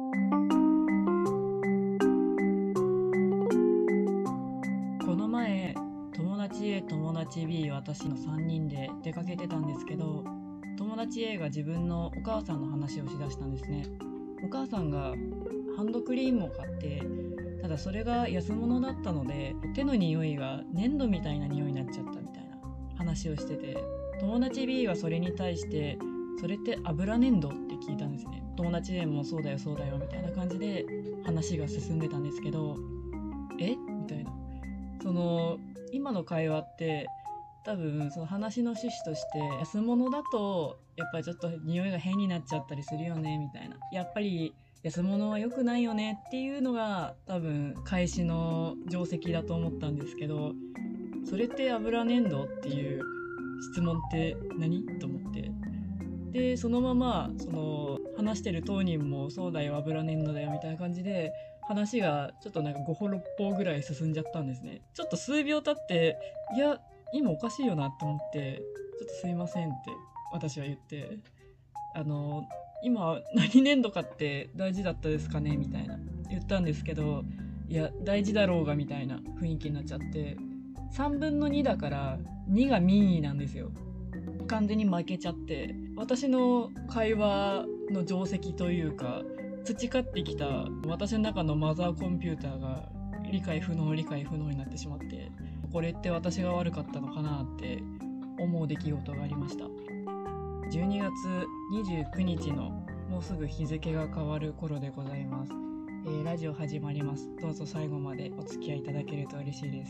この前、友達 A、友達 B、私の3人で出かけてたんですけど、友達 A が自分のお母さんの話をしだしたんですね。お母さんがハンドクリームを買って、ただそれが安物だったので手の匂いが粘土みたいな匂いになっちゃったみたいな話をしてて、友達 B はそれに対してそれって油粘土って聞いたんですね。友達 A もそうだよそうだよみたいな感じで話が進んでたんですけど、みたいな、今の会話って多分その話の趣旨として、安物だとやっぱりちょっと匂いが変になっちゃったりするよねみたいな、やっぱり安物は良くないよねっていうのが多分返しの定石だと思ったんですけど、それって油粘土っていう質問って何と思って、でそのまま話してる当人もそうだよ油粘土だよみたいな感じで話がちょっとなんか5歩6歩ぐらい進んじゃったんですね。ちょっと数秒経って、いや今おかしいよなと思って、ちょっとすいませんって私は言って、今何粘土かって大事だったですかねみたいな言ったんですけど、いや大事だろうがみたいな雰囲気になっちゃって、3分の2だから2が民意なんですよ。完全に負けちゃって、私の会話の定石というか培ってきた私の中のマザーコンピューターが理解不能になってしまって、これって私が悪かったのかなって思う出来事がありました。12月29日のもうすぐ日付が変わる頃でございます。ラジオ始まります。どうぞ最後までお付き合いいただけると嬉しいです。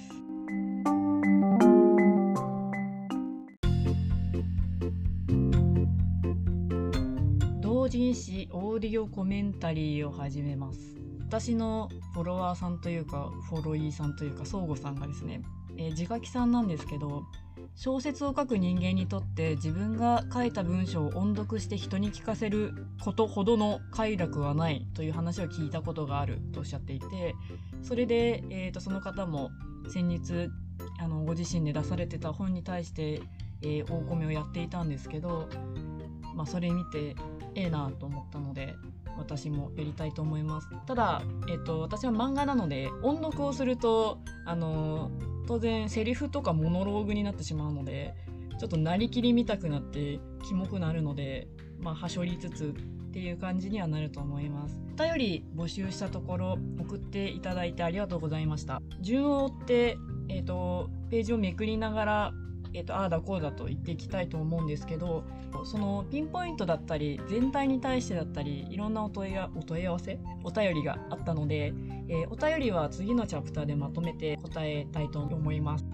同人誌オーディオコメンタリーを始めます。私のフォロワーさんというかフォロイーさんというか相互さんがですね、自書きさんなんですけど、小説を書く人間にとって自分が書いた文章を音読して人に聞かせることほどの快楽はないという話を聞いたことがあるとおっしゃっていて、それで、その方も先日ご自身で出されてた本に対して、大込めをやっていたんですけど、それ見てなと思ったので私もやりたいと思います。ただ、私は漫画なので音読をすると当然セリフとかモノローグになってしまうので、ちょっとなりきり見たくなってキモくなるので、はしょりつつっていう感じにはなると思います。お便り募集したところ送っていただいてありがとうございました。順を追って、ページをめくりながらああだこうだと言っていきたいと思うんですけど、そのピンポイントだったり全体に対してだったりいろんなお問い合わせお便りがあったので、お便りは次のチャプターでまとめて答えたいと思います。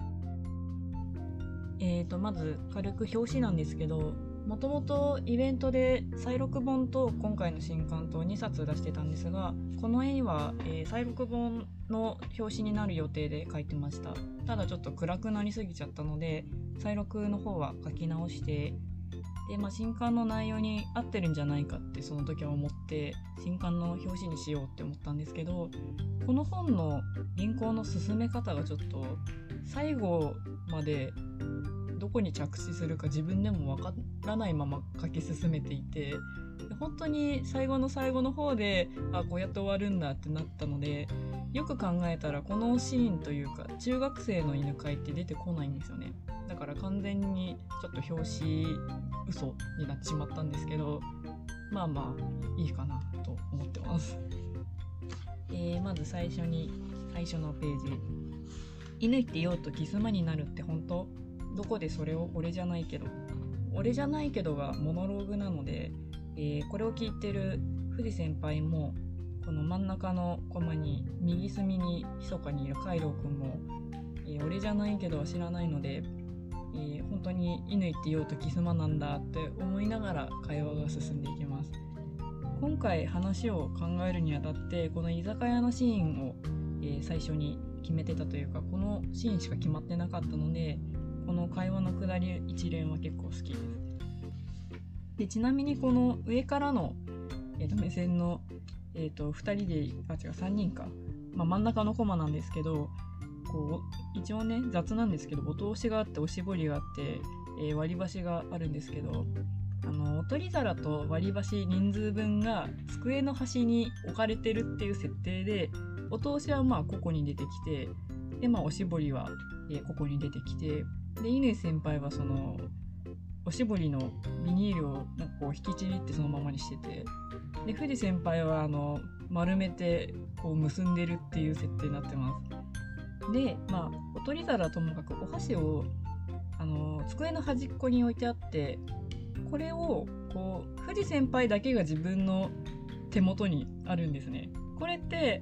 まず軽く表紙なんですけど、もともとイベントで再録本と今回の新刊と2冊出してたんですが、この絵には、再録本の表紙になる予定で書いてました。ただちょっと暗くなりすぎちゃったので再録の方は書き直して、で、新刊の内容に合ってるんじゃないかってその時は思って新刊の表紙にしようって思ったんですけど、この本の原稿の進め方がちょっと最後までどこに着地するか自分でもわからないまま書き進めていて、本当に最後の最後の方でこうやって終わるんだってなったので、よく考えたらこのシーンというか中学生の犬飼いって出てこないんですよね。だから完全にちょっと表紙嘘になってしまったんですけど、いいかなと思ってます。まず最初のページ、犬って言おうとキスマになるって本当？どこでそれを俺じゃないけどがモノローグなので、これを聞いてる藤先輩もこの真ん中のコマに右隅に密かにいるカイロウくんも、俺じゃないけどは知らないので、本当に犬って言おうとキスマなんだって思いながら会話が進んでいきます。今回話を考えるにあたってこの居酒屋のシーンを、最初に決めてたというか、このシーンしか決まってなかったので、この会話の下り一連は結構好きです。で、ちなみにこの上からの、目線の、2人で3人か、真ん中のコマなんですけど、こう一応雑なんですけどお通しがあっておしぼりがあって、割り箸があるんですけど、 おとり皿と割り箸人数分が机の端に置かれてるっていう設定で、お通しはここに出てきて、でおしぼりは、ここに出てきて、で乾先輩はそのおしぼりのビニールをなんかこう引きちぎってそのままにしてて、で藤先輩は丸めてこう結んでるっていう設定になってます。でおとり皿ともかくお箸を机の端っこに置いてあって、これをこう藤先輩だけが自分の手元にあるんですね。これって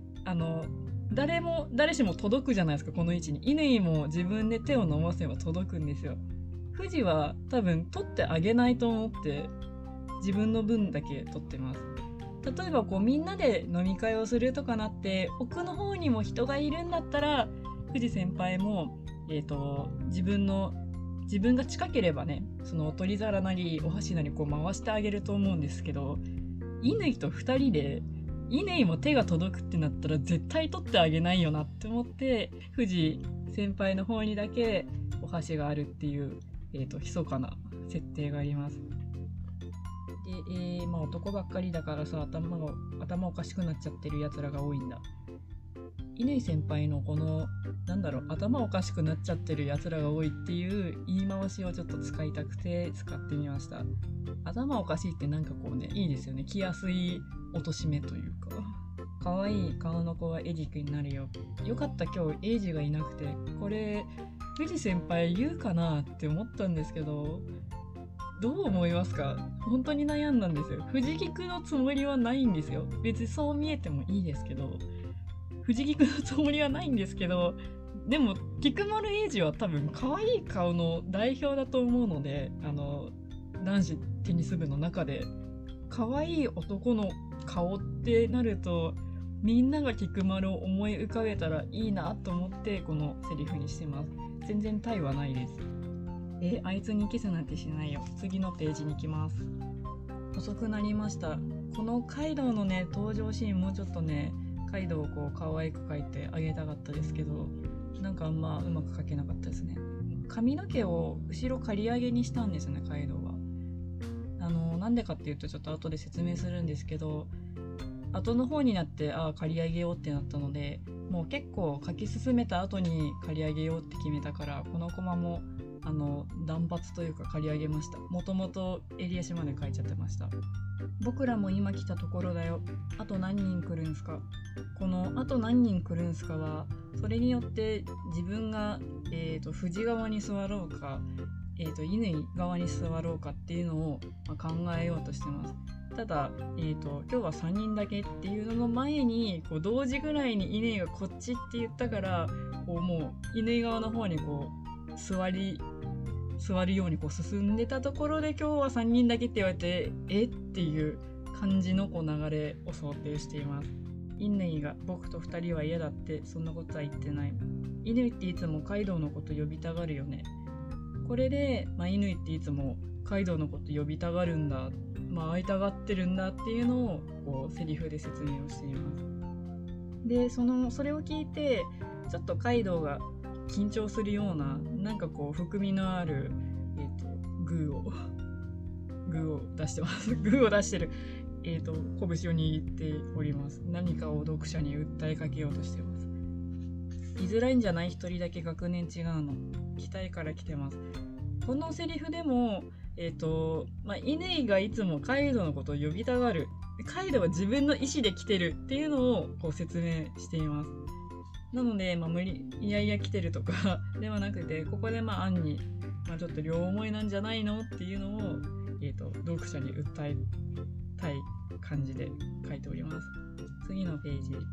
誰しも届くじゃないですか。この位置に乾も自分で手を伸ばせば届くんですよ。藤は多分取ってあげないと思って自分の分だけ取ってます。例えばこうみんなで飲み会をするとかなって奥の方にも人がいるんだったら、藤先輩も自分が近ければね、そのおとり皿なりお箸なりこう回してあげると思うんですけど、乾と2人で乾も手が届くってなったら絶対取ってあげないよなって思って、藤先輩の方にだけお箸があるっていう、密かな設定があります。で、男ばっかりだからさ、頭おかしくなっちゃってるやつらが多いんだ。乾先輩のこの頭おかしくなっちゃってるやつらが多いっていう言い回しをちょっと使いたくて使ってみました。頭おかしいってなんかこうね、いいですよね。着やすい貶めというか、可愛い顔の子はエジクになるよ。よかった、今日エイジがいなくて。これ藤先輩言うかなって思ったんですけど、どう思いますか？本当に悩んだんですよ。藤菊のつもりはないんですよ。別にそう見えてもいいですけど、藤菊のつもりはないんですけど、でも菊丸英二は多分可愛い顔の代表だと思うので、男子テニス部の中で可愛い男の顔ってなると、みんなが菊丸を思い浮かべたらいいなと思ってこのセリフにしてます。全然対はないです。あいつにキスなんてしないよ。次のページに行きます。遅くなりました。このカイドウのね登場シーン、もうちょっとねカイドウをこう可愛く描いてあげたかったですけど、なんかうまく描けなかったですね。髪の毛を後ろ刈り上げにしたんですね、カイドウは。なんでかっていうとちょっと後で説明するんですけど、後の方になって刈り上げようってなったので、もう結構書き進めた後に刈り上げようって決めたから、このコマも断髪というか刈り上げました。もともと襟足まで描いちゃってました。僕らも今来たところだよ。あと何人来るんすか？このあと何人来るんすかは、それによって自分が、藤側に座ろうか、乾側に座ろうかっていうのを、考えようとしてます。ただ、今日は3人だけっていうのの前にこう同時ぐらいに乾がこっちって言ったから、こうもう乾側の方にこう座るようにこう進んでたところで、今日は3人だけって言われてっていう感じのこう流れを想定しています。乾が僕と2人は嫌だって、そんなことは言ってない。乾っていつもカイドウのこと呼びたがるよね。これで、乾っていつもカイドウのこと呼びたがるんだ、会いたがってるんだっていうのをこうセリフで説明をしています。でそれを聞いてちょっとカイドウが緊張するような、なんかこう含みのある、グーを出してます。グーを出してる、拳を握っております。何かを読者に訴えかけようとしてます。居づらいんじゃない？一人だけ学年違うの。来たいから来てます。このセリフでも乾がいつもカイドウのことを呼びたがる、カイドウは自分の意思で来てるっていうのをこう説明しています。なので、いやいや来てるとかではなくて、ここで暗に、ちょっと両思いなんじゃないのっていうのを、読者に訴えたい感じで書いております。次のページ。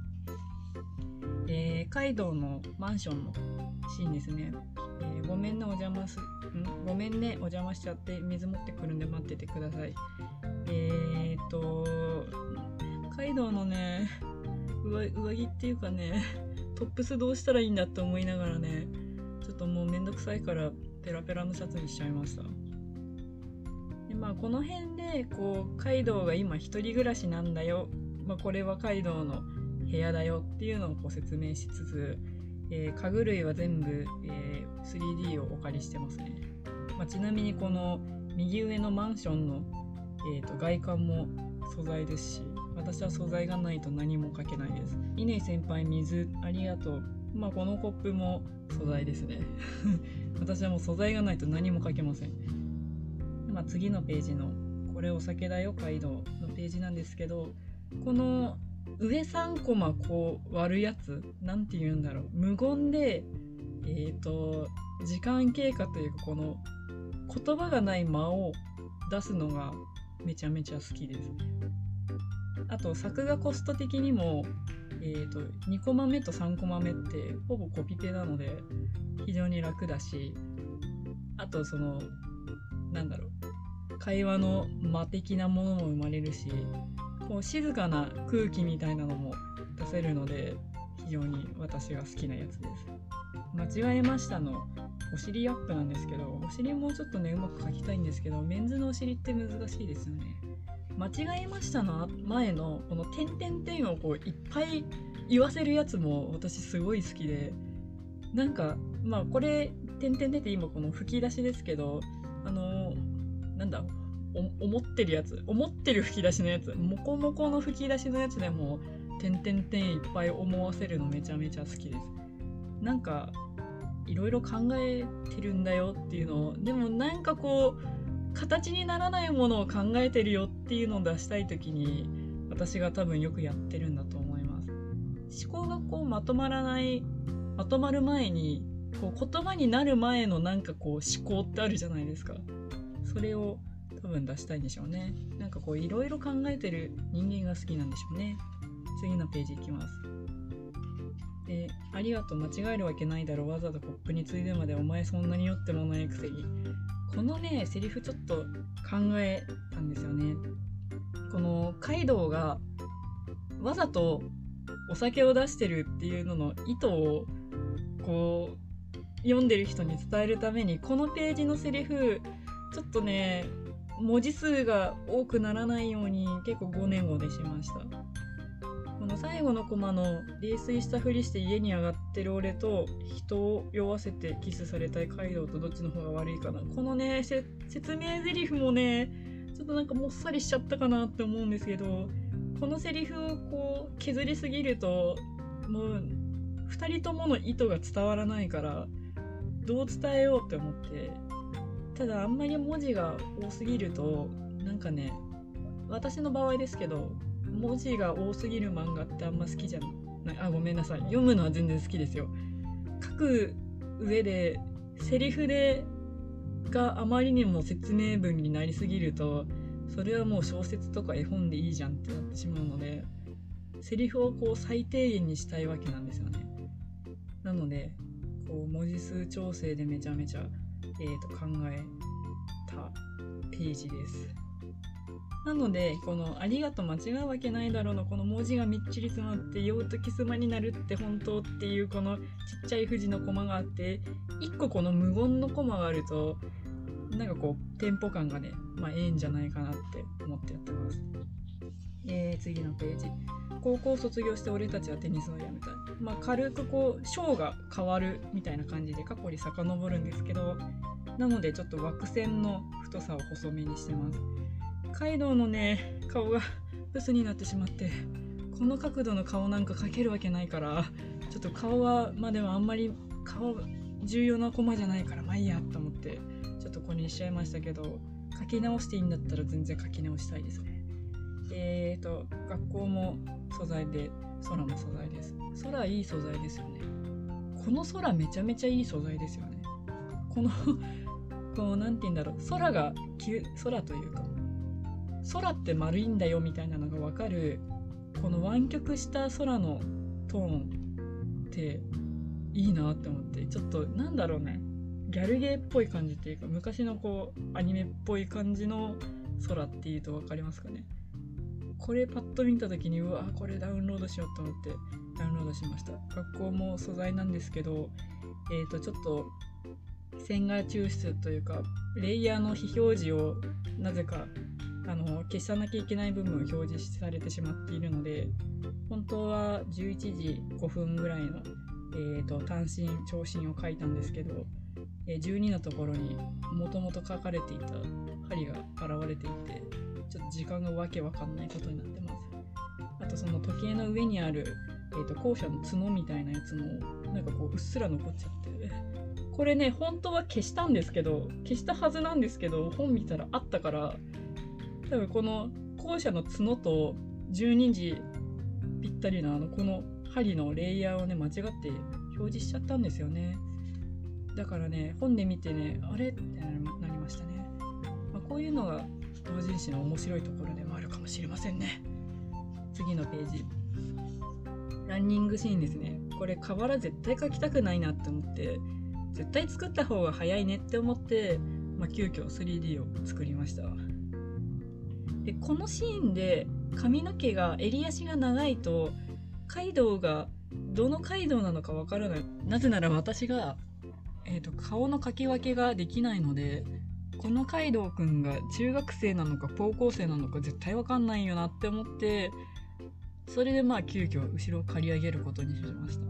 カイドウのマンションのシーンですね。ごめんねお邪魔しちゃって、水持ってくるんで待っててください。カイドウのね上着っていうかね、トップスどうしたらいいんだって思いながらね、ちょっともうめんどくさいからペラペラのシャツにしちゃいました。でこの辺でこうカイドウが今一人暮らしなんだよ、これはカイドウの部屋だよっていうのをこう説明しつつ、家具類は全部、3D をお借りしてますね。ちなみにこの右上のマンションの、外観も素材ですし、私は素材がないと何も描けないです。乾先輩、水ありがとう。このコップも素材ですね私はもう素材がないと何も描けません。次のページのこれお酒だよ街道のページなんですけど、この上3コマこう割るやつ、なんて言うんだろう、無言で時間経過というか、この言葉がない間を出すのがめちゃめちゃ好きです。あと作画コスト的にも、2コマ目と3コマ目ってほぼコピペなので非常に楽だし、あとその会話の間的なものも生まれるし、こう静かな空気みたいなのも出せるので非常に私が好きなやつです。間違えましたのお尻アップなんですけど、お尻もうちょっとねうまく描きたいんですけど、メンズのお尻って難しいですよね。間違えましたの前のこの点々点をこういっぱい言わせるやつも私すごい好きで、これ点々点って今この吹き出しですけど、思ってるやつ、思ってる吹き出しのやつ、モコモコの吹き出しのやつでも点々点いっぱい思わせるのめちゃめちゃ好きです。いろいろ考えてるんだよっていうのを、でもこう形にならないものを考えてるよっていうのを出したい時に私が多分よくやってるんだと思います。思考がこうまとまる前にこう言葉になる前のこう思考ってあるじゃないですか。それを多分出したいんでしょうね。こういろいろ考えてる人間が好きなんでしょうね。次のページいきます。ありがとう、間違えるわけないだろう、わざとコップについでまでお前そんなに酔ってもないくせに。このねセリフちょっと考えたんですよね。このカイドウがわざとお酒を出してるっていうのの意図をこう読んでる人に伝えるために、このページのセリフちょっとね文字数が多くならないように結構ごねごねしました。この最後のコマの泥酔したふりして家に上がってる俺と人を酔わせてキスされたいカイドウとどっちの方が悪いかな、このね説明台詞もねちょっともっさりしちゃったかなって思うんですけど、このセリフをこう削りすぎるともう2人ともの意図が伝わらないから、どう伝えようって思って、ただあんまり文字が多すぎると私の場合ですけど、文字が多すぎる漫画ってあんま好きじゃない。ごめんなさい、読むのは全然好きですよ。書く上でセリフがあまりにも説明文になりすぎると、それはもう小説とか絵本でいいじゃんってなってしまうので、セリフをこう最低限にしたいわけなんですよね。なのでこう文字数調整でめちゃめちゃ、考えたページです。なのでこのありがとう間違うわけないだろうのこの文字がみっちり詰まって酔うとキスマになるって本当っていうこのちっちゃい富士のコマがあって、1個この無言のコマがあるとこうテンポ感がねええんじゃないかなって思ってやってます。次のページ。高校卒業して俺たちはテニスをやめたい。軽くこう章が変わるみたいな感じで過去に遡るんですけど、なのでちょっと枠線の太さを細めにしてます。カイドウのね顔がブスになってしまって、この角度の顔描けるわけないから、ちょっと顔はでもあんまり顔重要なコマじゃないからいいやと思ってちょっとここにしちゃいましたけど、書き直していいんだったら全然書き直したいですね。学校も素材で空も素材です。空いい素材ですよね。この空めちゃめちゃいい素材ですよね。このなんて言うんだろう、空というか空って丸いんだよみたいなのが分かる、この湾曲した空のトーンっていいなって思って、ちょっとギャルゲーっぽい感じっていうか、昔のこうアニメっぽい感じの空っていうと分かりますかね。これパッと見た時にこれダウンロードしようと思ってダウンロードしました。学校も素材なんですけど、ちょっと線画抽出というかレイヤーの非表示をなぜか消さなきゃいけない部分を表示されてしまっているので、本当は11時5分ぐらいの、短針長針を書いたんですけど、12のところにもともと書かれていた針が現れていて、ちょっと時間がわけわかんないことになってます。あとその時計の上にある、校舎の角みたいなやつもなんかこううっすら残っちゃって、これね本当は消したはずなんですけど、本見たらあったから、多分この校舎の角と12時ぴったりなこの針のレイヤーをね間違って表示しちゃったんですよね。だからね本で見てね、あれってなりましたね。こういうのが同人誌の面白いところでもあるかもしれませんね。次のページ、ランニングシーンですね。これ河原絶対描きたくないなって思って、絶対作った方が早いねって思って、急遽 3D を作りました。でこのシーンで髪の毛が襟足が長いとカイドウがどのカイドウなのかわからない。なぜなら私が、顔の描き分けができないので、このカイドウくんが中学生なのか高校生なのか絶対わかんないよなって思って、それで急遽後ろを刈り上げることにしました。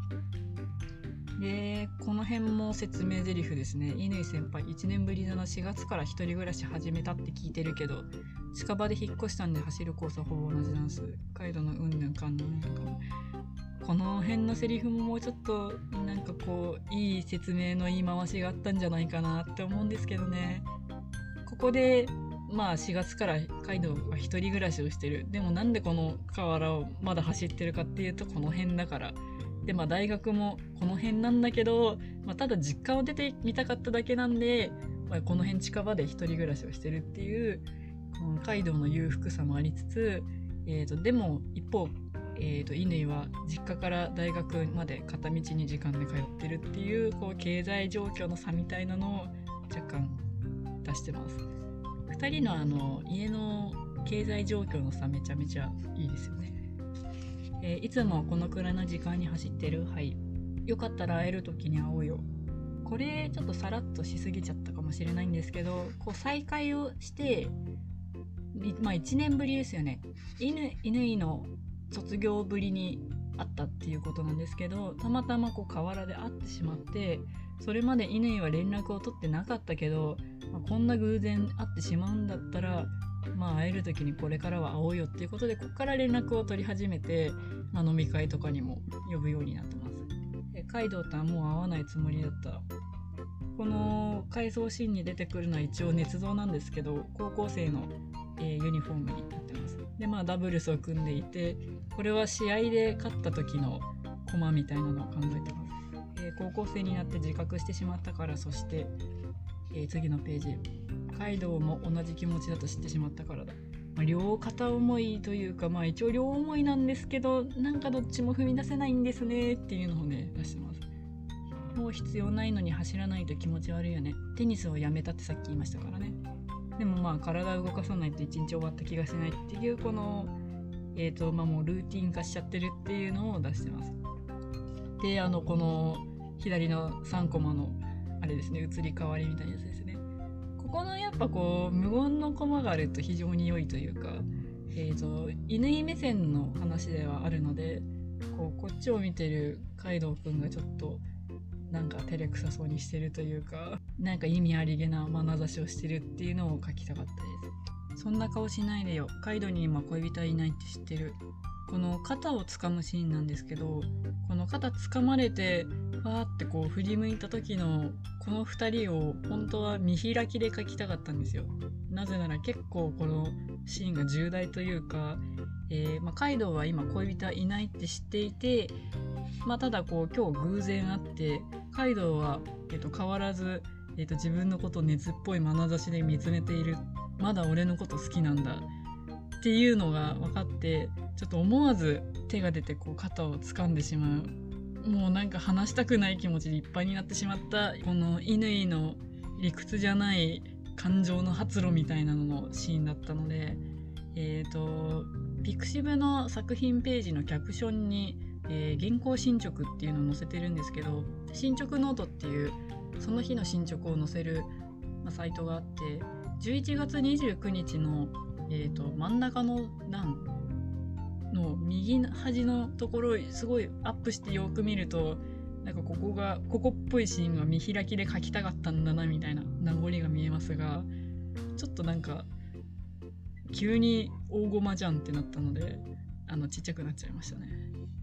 でこの辺も説明台詞ですね。乾先輩1年ぶりだな、4月から一人暮らし始めたって聞いてるけど、近場で引っ越したんで走るコースはほぼ同じなんす。カイドウのうんぬんかんぬんとか、この辺のセリフももうちょっとなんかこういい説明の言い回しがあったんじゃないかなって思うんですけどね。ここで4月からカイドウは一人暮らしをしてる。でもなんでこの河原をまだ走ってるかっていうと、この辺だから。で大学もこの辺なんだけど、ただ実家を出てみたかっただけなんで、この辺近場で一人暮らしをしてるっていう、このカイドウの裕福さもありつつ、でも一方乾は実家から大学まで片道2時間で通ってるっていう、こう経済状況の差みたいなのを若干出してます。2人の家の経済状況の差めちゃめちゃいいですよね。いつもこのくらいの時間に走ってる。はい。よかったら会える時に会おうよ。これちょっとさらっとしすぎちゃったかもしれないんですけど、こう再会をして1年ぶりですよね。乾の卒業ぶりに会ったっていうことなんですけど、たまたまこう河原で会ってしまって、それまで乾は連絡を取ってなかったけど、こんな偶然会ってしまうんだったら会える時にこれからは会おうよっていうことで、ここから連絡を取り始めて、飲み会とかにも呼ぶようになってます。カイドウとはもう会わないつもりだった。この回想シーンに出てくるのは一応捏造なんですけど、高校生の、ユニフォームになってます。でダブルスを組んでいて、これは試合で勝った時のコマみたいなのを考えてます。高校生になって自覚してしまったから。そして、次のページ、カイドウも同じ気持ちだと知ってしまったからだ。両片思いというか、一応両思いなんですけど、なんかどっちも踏み出せないんですねっていうのをね出してます。もう必要ないのに走らないと気持ち悪いよね。テニスをやめたってさっき言いましたからね。でも体を動かさないと一日終わった気がしないっていう、このもうルーティン化しちゃってるっていうのを出してます。でこの左の3コマのあれですね、移り変わりみたいなやつですね。ここのやっぱこう無言のコマがあると非常に良いというか、乾目線の話ではあるので、こっちを見てるカイドウくんがちょっとなんか照れくさそうにしてるというか、なんか意味ありげな眼差しをしてるっていうのを書きたかったです。そんな顔しないでよ、カイドウに今恋人はいないって知ってる。この肩を掴むシーンなんですけど、この肩掴まれてファーってこう振り向いた時のこの2人を本当は見開きで描きたかったんですよ。なぜなら結構このシーンが重大というか、カイドウは今恋人はいないって知っていて、ただこう今日偶然会って、カイドウは、変わらず、自分のことを熱っぽい眼差しで見つめている。まだ俺のこと好きなんだっていうのが分かって、ちょっと思わず手が出てこう肩を掴んでしまう。もうなんか話したくない気持ちでいっぱいになってしまった、この乾の理屈じゃない感情の発露みたいなののシーンだったので、ピクシブの作品ページのキャプションに、原稿進捗っていうのを載せてるんですけど、進捗ノートっていうその日の進捗を載せる、サイトがあって、11月29日の、真ん中の欄の右端のところをすごいアップしてよく見ると、なんかここっぽいシーンが見開きで描きたかったんだなみたいな名残が見えますが、 ちょっとなんか急に大駒じゃんってなったのでちっちゃくなっちゃいましたね。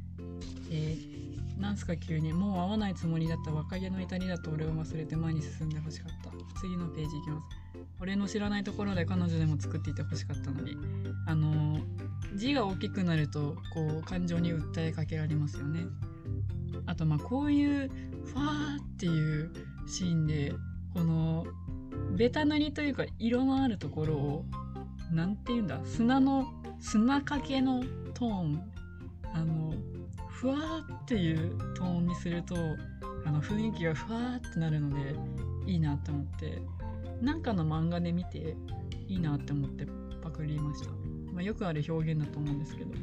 なんすか急に、もう会わないつもりだった若気の至りだと俺を忘れて前に進んでほしかった。次のページいきます。俺の知らないところで彼女でも作っていてほしかったのに。字が大きくなるとこう感情に訴えかけられますよね。あとこういうファーっていうシーンでこのベタ塗りというか色のあるところをなんていうんだ、砂かけのトーン、ふわーっていうトーンにすると雰囲気がふわーってなるのでいいなって思って、なんかの漫画で見ていいなって思ってパクりました。よくある表現だと思うんですけど。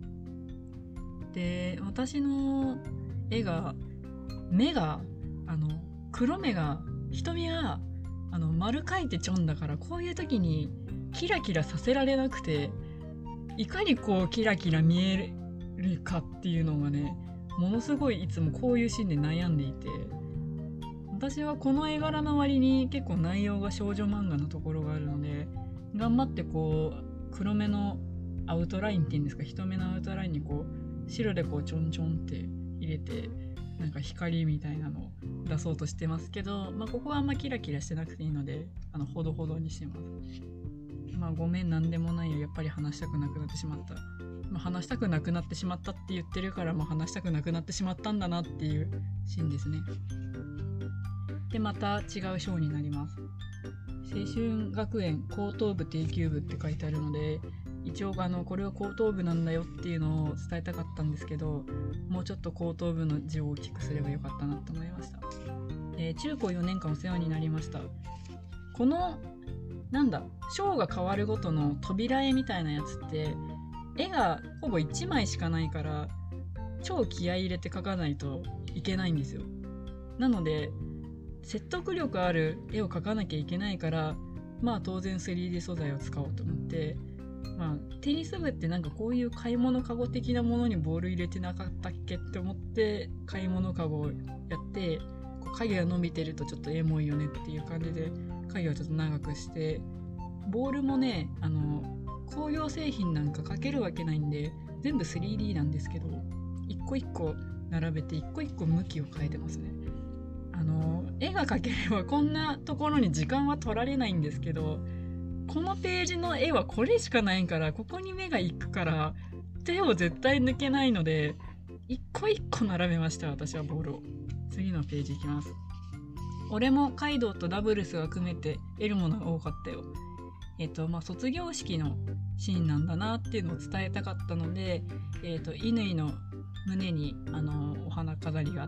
で、私の絵が目が黒目が瞳が丸描いてちょんだから、こういう時にキラキラさせられなくて、いかにこうキラキラ見えるかっていうのがね、ものすごいいつもこういうシーンで悩んでいて、私はこの絵柄の割に結構内容が少女漫画のところがあるので、頑張ってこう黒目のアウトラインっていうんですか、一目のアウトラインにこう白でこうちょんちょんって入れて、なんか光みたいなのを出そうとしてますけど、ここはあんまキラキラしてなくていいのでほどほどにしてます。ごめん、なんでもないよ、やっぱり話したくなくなってしまった。話したくなくなってしまったって言ってるから、話したくなくなってしまったんだなっていうシーンですね。でまた違う章になります。青春学園高等部定休部って書いてあるので、一応これは高等部なんだよっていうのを伝えたかったんですけど、もうちょっと高等部の字を大きくすればよかったなと思いました。中高4年間お世話になりました。この章が変わるごとの扉絵みたいなやつって絵がほぼ1枚しかないから、超気合い入れて描かないといけないんですよ。なので説得力ある絵を描かなきゃいけないから、当然 3D 素材を使おうと思って、テニス部ってこういう買い物カゴ的なものにボール入れてなかったっけって思って買い物カゴをやって、影が伸びてるとちょっとエモいよねっていう感じで影をちょっと長くして、ボールもね工業製品なんか描けるわけないんで全部 3D なんですけど、一個一個並べて一個一個向きを変えてますね。絵が描ければこんなところに時間は取られないんですけど、このページの絵はこれしかないから、ここに目が行くから手を絶対抜けないので一個一個並べました、私はボールを。次のページいきます。俺もカイドウとダブルスが組めて得るものが多かったよ。卒業式のシーンなんだなっていうのを伝えたかったので、乾の胸にお花飾りがあって、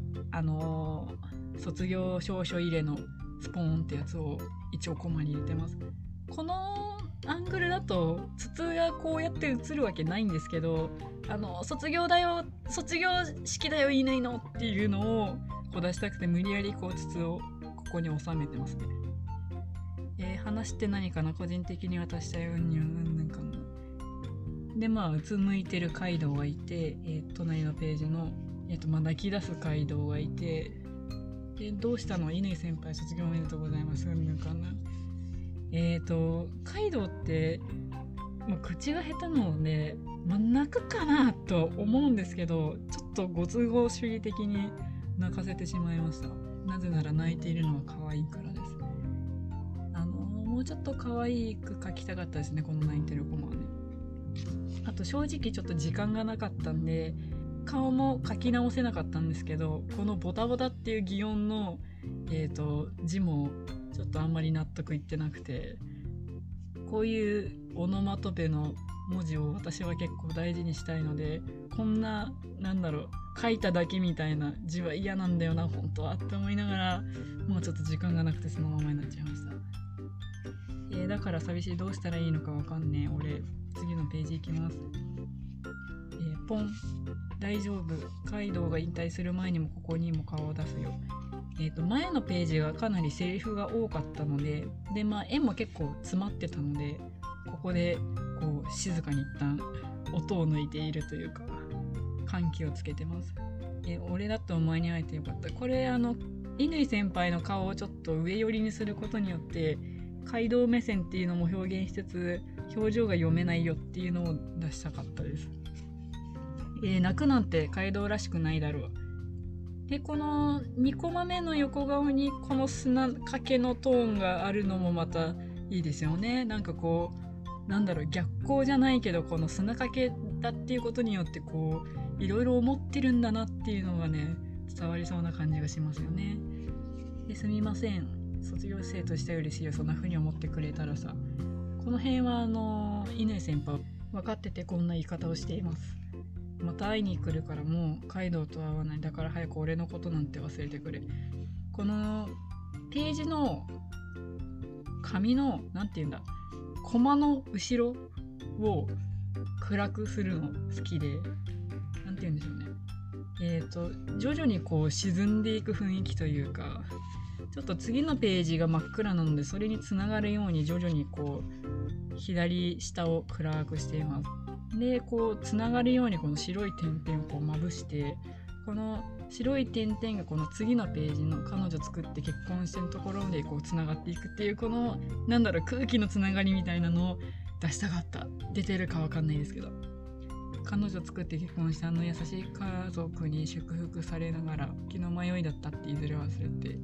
卒業証書入れのスポーンってやつを一応コマに入れてます。このアングルだと筒がこうやって映るわけないんですけど、卒業だよ、卒業式だよ乾のっていうのをこう出したくて無理やりこう筒をここに収めてますね。話って何かな、個人的に渡したようになんかでうつむいてるカイドウがいて、隣のページの、泣き出すカイドウがいて、どうしたの乾先輩卒業おめでとうございますなんかな。カイドウって口が下手なので、泣くかなと思うんですけど、ちょっとご都合主義的に泣かせてしまいました。なぜなら泣いているのは可愛いからです。もうちょっと可愛く描きたかったですね、この泣いてるコマはね。あと正直ちょっと時間がなかったんで顔も描き直せなかったんですけど、このボタボタっていう擬音の、字もちょっとあんまり納得いってなくて、こういうオノマトペの文字を私は結構大事にしたいので、こんな書いただけみたいな字は嫌なんだよな本当はって思いながら、もうちょっと時間がなくてそのままになっちゃいました。だから寂しい、どうしたらいいのかわかんねえ俺。次のページいきます。ポン、大丈夫、カイドウが引退する前にもここにも顔を出すよ。前のページがかなりセリフが多かったので、絵も結構詰まってたので、ここでこう静かに一旦音を抜いているというか緩急をつけてます。俺だってお前に会えてよかった。これ乾先輩の顔をちょっと上寄りにすることによってカイドウ目線っていうのも表現しつつ、表情が読めないよっていうのを出したかったです。泣くなんてカイドウらしくないだろう。でこの2コマ目の横顔にこの砂かけのトーンがあるのもまたいいですよね。なんかこう逆光じゃないけど、この砂かけだっていうことによってこういろいろ思ってるんだなっていうのがね伝わりそうな感じがしますよね。ですみません、卒業生としては嬉しいよ、そんな風に思ってくれたらさ。この辺は乾先輩分かっててこんな言い方をしています。また会いに来るからもうカイドウと会わない、だから早く俺のことなんて忘れてくれ。このページの紙のコマの後ろを暗くするの好きで、徐々にこう沈んでいく雰囲気というか、ちょっと次のページが真っ暗なのでそれにつながるように徐々にこう左下を暗くしています。でこうつながるようにこの白い点々をこうまぶして、この白い点々がこの次のページの彼女作って結婚してるところでこうつながっていくっていう、この空気のつながりみたいなのを出したかった。出てるかわかんないですけど、彼女作って結婚した優しい家族に祝福されながら気の迷いだったっていずれ忘れて、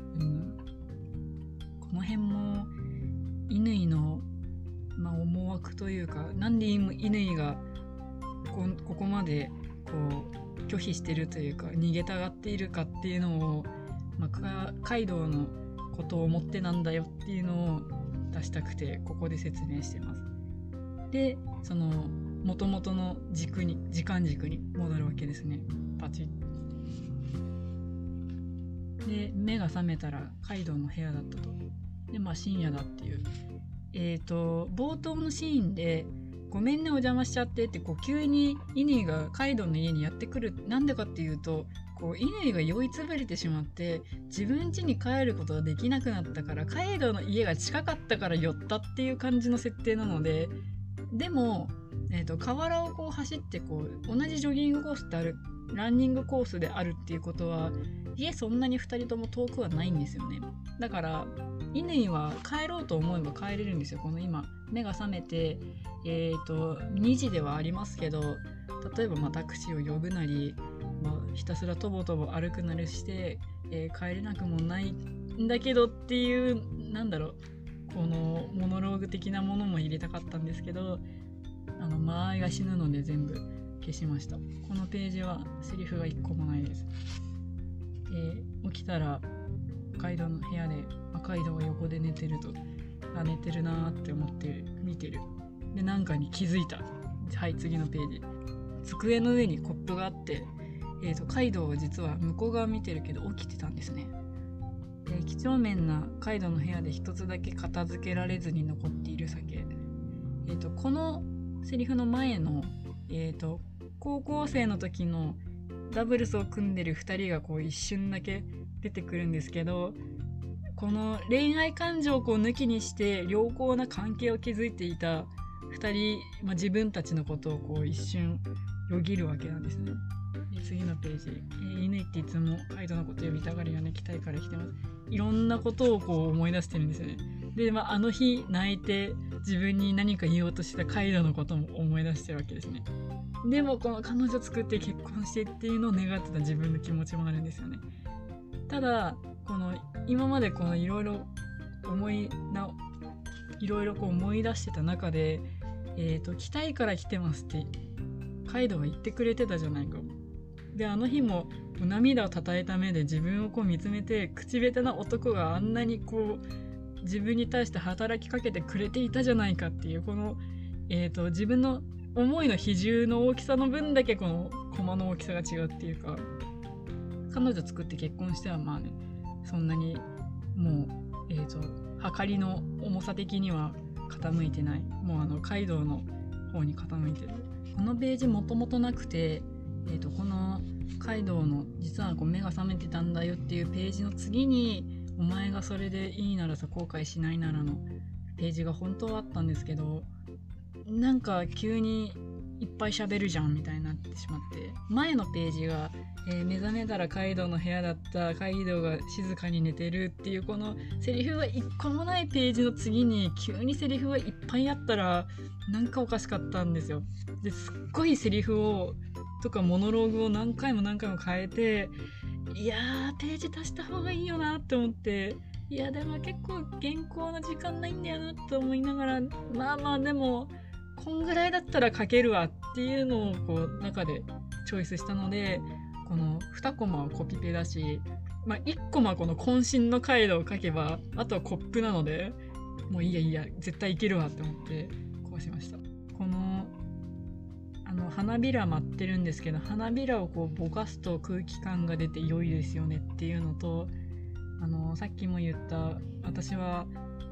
この辺も乾の思惑というか、なんで乾がここまでこう拒否してるというか逃げたがっているかっていうのを、カイドウのことを思ってなんだよっていうのを出したくてここで説明してます。でその元々の時間軸に戻るわけですね。パチッで目が覚めたらカイドウの部屋だったと。で深夜だっていう、冒頭のシーンでごめんねお邪魔しちゃってってこう急に乾がカイドウの家にやってくる。なんでかっていうと、こう乾が酔いつぶれてしまって自分家に帰ることができなくなったから、カイドウの家が近かったから寄ったっていう感じの設定なので、でも、河原をこう走ってこう同じジョギングコースってある、ランニングコースであるっていうことは家そんなに2人とも遠くはないんですよね。だから乾は帰ろうと思えば帰れるんですよ。この今目が覚めて2時ではありますけど、例えばタクシーを呼ぶなり、ひたすらとぼとぼ歩くなりして、帰れなくもないんだけどっていうこのモノローグ的なものも入れたかったんですけど、間合いが死ぬので全部消しました。このページはセリフが1個もないです。起きたらカイドウの部屋でカイドウが横で寝てると、寝てるなーって思って見てる。でなんかに気づいた。はい、次のページ。机の上にコップがあって、カイドウは実は向こう側見てるけど起きてたんですね。几帳面なカイドウの部屋で一つだけ片付けられずに残っている酒。このセリフの前の、高校生の時のダブルスを組んでる2人がこう一瞬だけ出てくるんですけど、この恋愛感情をこう抜きにして良好な関係を築いていた2人、自分たちのことをこう一瞬よぎるわけなんですね。で次のページ、乾っていつもカイドウのこと呼びたがるよね、期待から来てます。いろんなことをこう思い出してるんですよね。で、あの日泣いて自分に何か言おうとしたカイドウのことも思い出してるわけですね。でもこの彼女作って結婚してっていうのを願ってた自分の気持ちもあるんですよね。ただこの今までこのいろいろ思い出してた中で、期待から来てますってカイドウが言ってくれてたじゃないか。であの日も涙をたたえた目で自分をこう見つめて、口下手な男があんなにこう自分に対して働きかけてくれていたじゃないかっていう、この、自分の思いの比重の大きさの分だけこのコマの大きさが違うっていうか、彼女作って結婚してはそんなにもうはかりの重さ的には傾いてない。もうカイドウの方に傾いてる。このページもともとなくて、このカイドウの実はこう目が覚めてたんだよっていうページの次に、お前がそれでいいならさ後悔しないならのページが本当はあったんですけど、なんか急にいっぱい喋るじゃんみたいになってしまって、前のページが目覚めたらカイドウの部屋だった、カイドウが静かに寝てるっていうこのセリフが一個もないページの次に急にセリフがいっぱいあったらなんかおかしかったんですよ。ですっごいセリフをとかモノローグを何回も何回も変えて、いやーページ足した方がいいよなって思って、いやでも結構原稿の時間ないんだよなって思いながら、まあでもこんぐらいだったら書けるわっていうのをこう中でチョイスしたので、この2コマはコピペだし、1コマこの渾身のカイドウを書けばあとはコップなので、もういいや絶対いけるわって思ってこうしました。この花びら舞ってるんですけど、花びらをこうぼかすと空気感が出て良いですよねっていうのと、さっきも言った私は、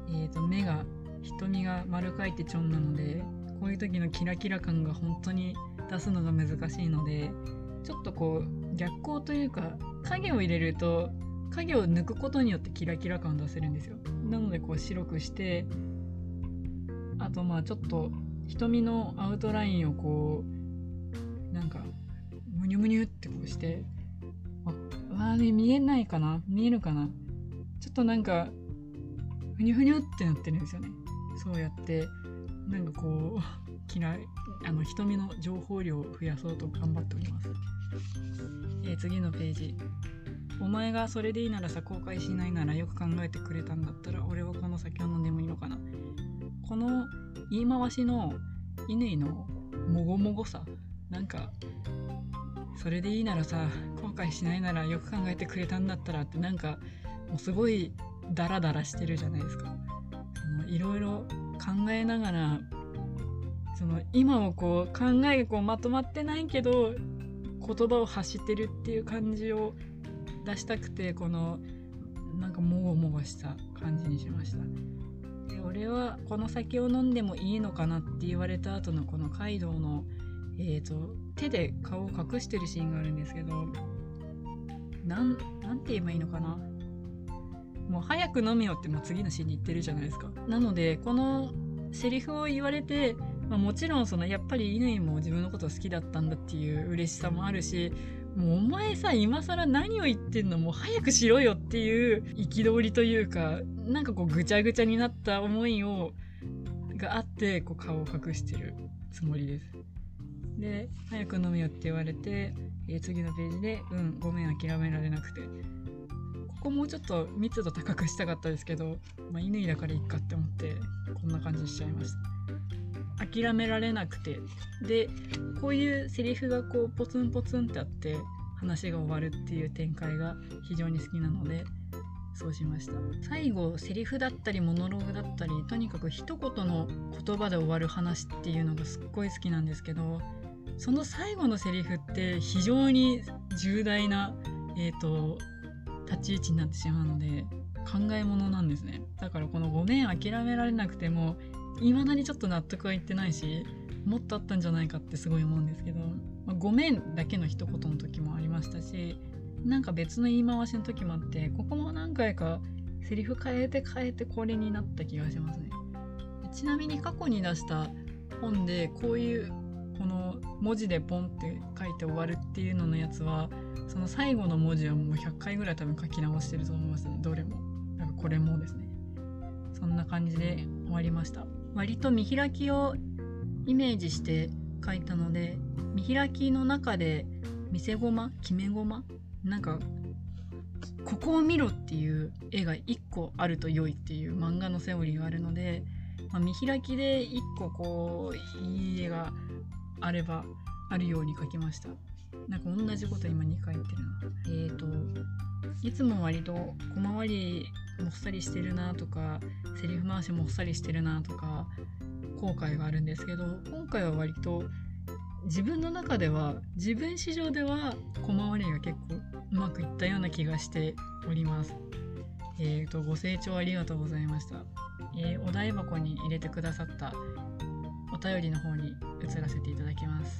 瞳が丸描いてちょんなので、こういう時のキラキラ感が本当に出すのが難しいので、ちょっとこう逆光というか影を入れると影を抜くことによってキラキラ感を出せるんですよ。なのでこう白くして、あとちょっと瞳のアウトラインをこうなんかムニュムニュってこうして、見えないかな、見えるかな、ちょっとなんかふにゅふにゅってなってるんですよね。そうやってなんかこう瞳の情報量を増やそうと頑張っております。次のページ。お前がそれでいいならさ、後悔しないならよく考えてくれたんだったら俺はこの酒を飲んでもいいのかな。この言い回しの乾のもごもごさ、なんかそれでいいならさ、後悔しないならよく考えてくれたんだったらって、なんかもうすごいダラダラしてるじゃないですか。いろいろ考えながら、今をこう考えがこうまとまってないけど言葉を発してるっていう感じを出したくて、このなんかもごもごした感じにしました。で、俺はこの酒を飲んでもいいのかなって言われた後のこのカイドウの手で顔を隠してるシーンがあるんですけど、なんて言えばいいのかな、もう早く飲めよってもう次のシーンに言ってるじゃないですか。なのでこのセリフを言われて、もちろんやっぱり乾も自分のこと好きだったんだっていう嬉しさもあるし、もうお前さ今更何を言ってんの、もう早くしろよっていう憤りというか、なんかこうぐちゃぐちゃになった思いがあってこう顔を隠してるつもりです。で、早く飲めよって言われて、次のページでごめん諦められなくて、ここもうちょっと密度高くしたかったですけど、乾だからいいかって思ってこんな感じにしちゃいました。諦められなくて、でこういうセリフがこうポツンポツンってあって話が終わるっていう展開が非常に好きなのでそうしました。最後セリフだったりモノローグだったり、とにかく一言の言葉で終わる話っていうのがすっごい好きなんですけど、その最後のセリフって非常に重大な立ち位置になってしまうので考え物なんですね。だからこのごめん諦められなくても未だにちょっと納得はいってないし、もっとあったんじゃないかってすごい思うんですけど、ごめんだけの一言の時もありましたし、なんか別の言い回しの時もあって、ここも何回かセリフ変えてこれになった気がしますね。ちなみに過去に出した本でこういうこの文字でポンって書いて終わるっていうののやつは、その最後の文字はもう100回ぐらい多分書き直してると思いますね。どれもなんかこれもですね。そんな感じで終わりました。割と見開きをイメージして書いたので、見開きの中で見せゴマ決めゴマ、なんかここを見ろっていう絵が1個あると良いっていう漫画のセオリーがあるので、見開きで1個こういい絵があればあるように書きました。なんか同じこと今2回言ってるな。いつも割と小回りもっさりしてるなとか、セリフ回しもっさりしてるなとか後悔があるんですけど、今回は割と自分の中では自分史上では小回りが結構うまくいったような気がしております。ご清聴ありがとうございました。お台箱に入れてくださったお便りの方に移らせていただきます。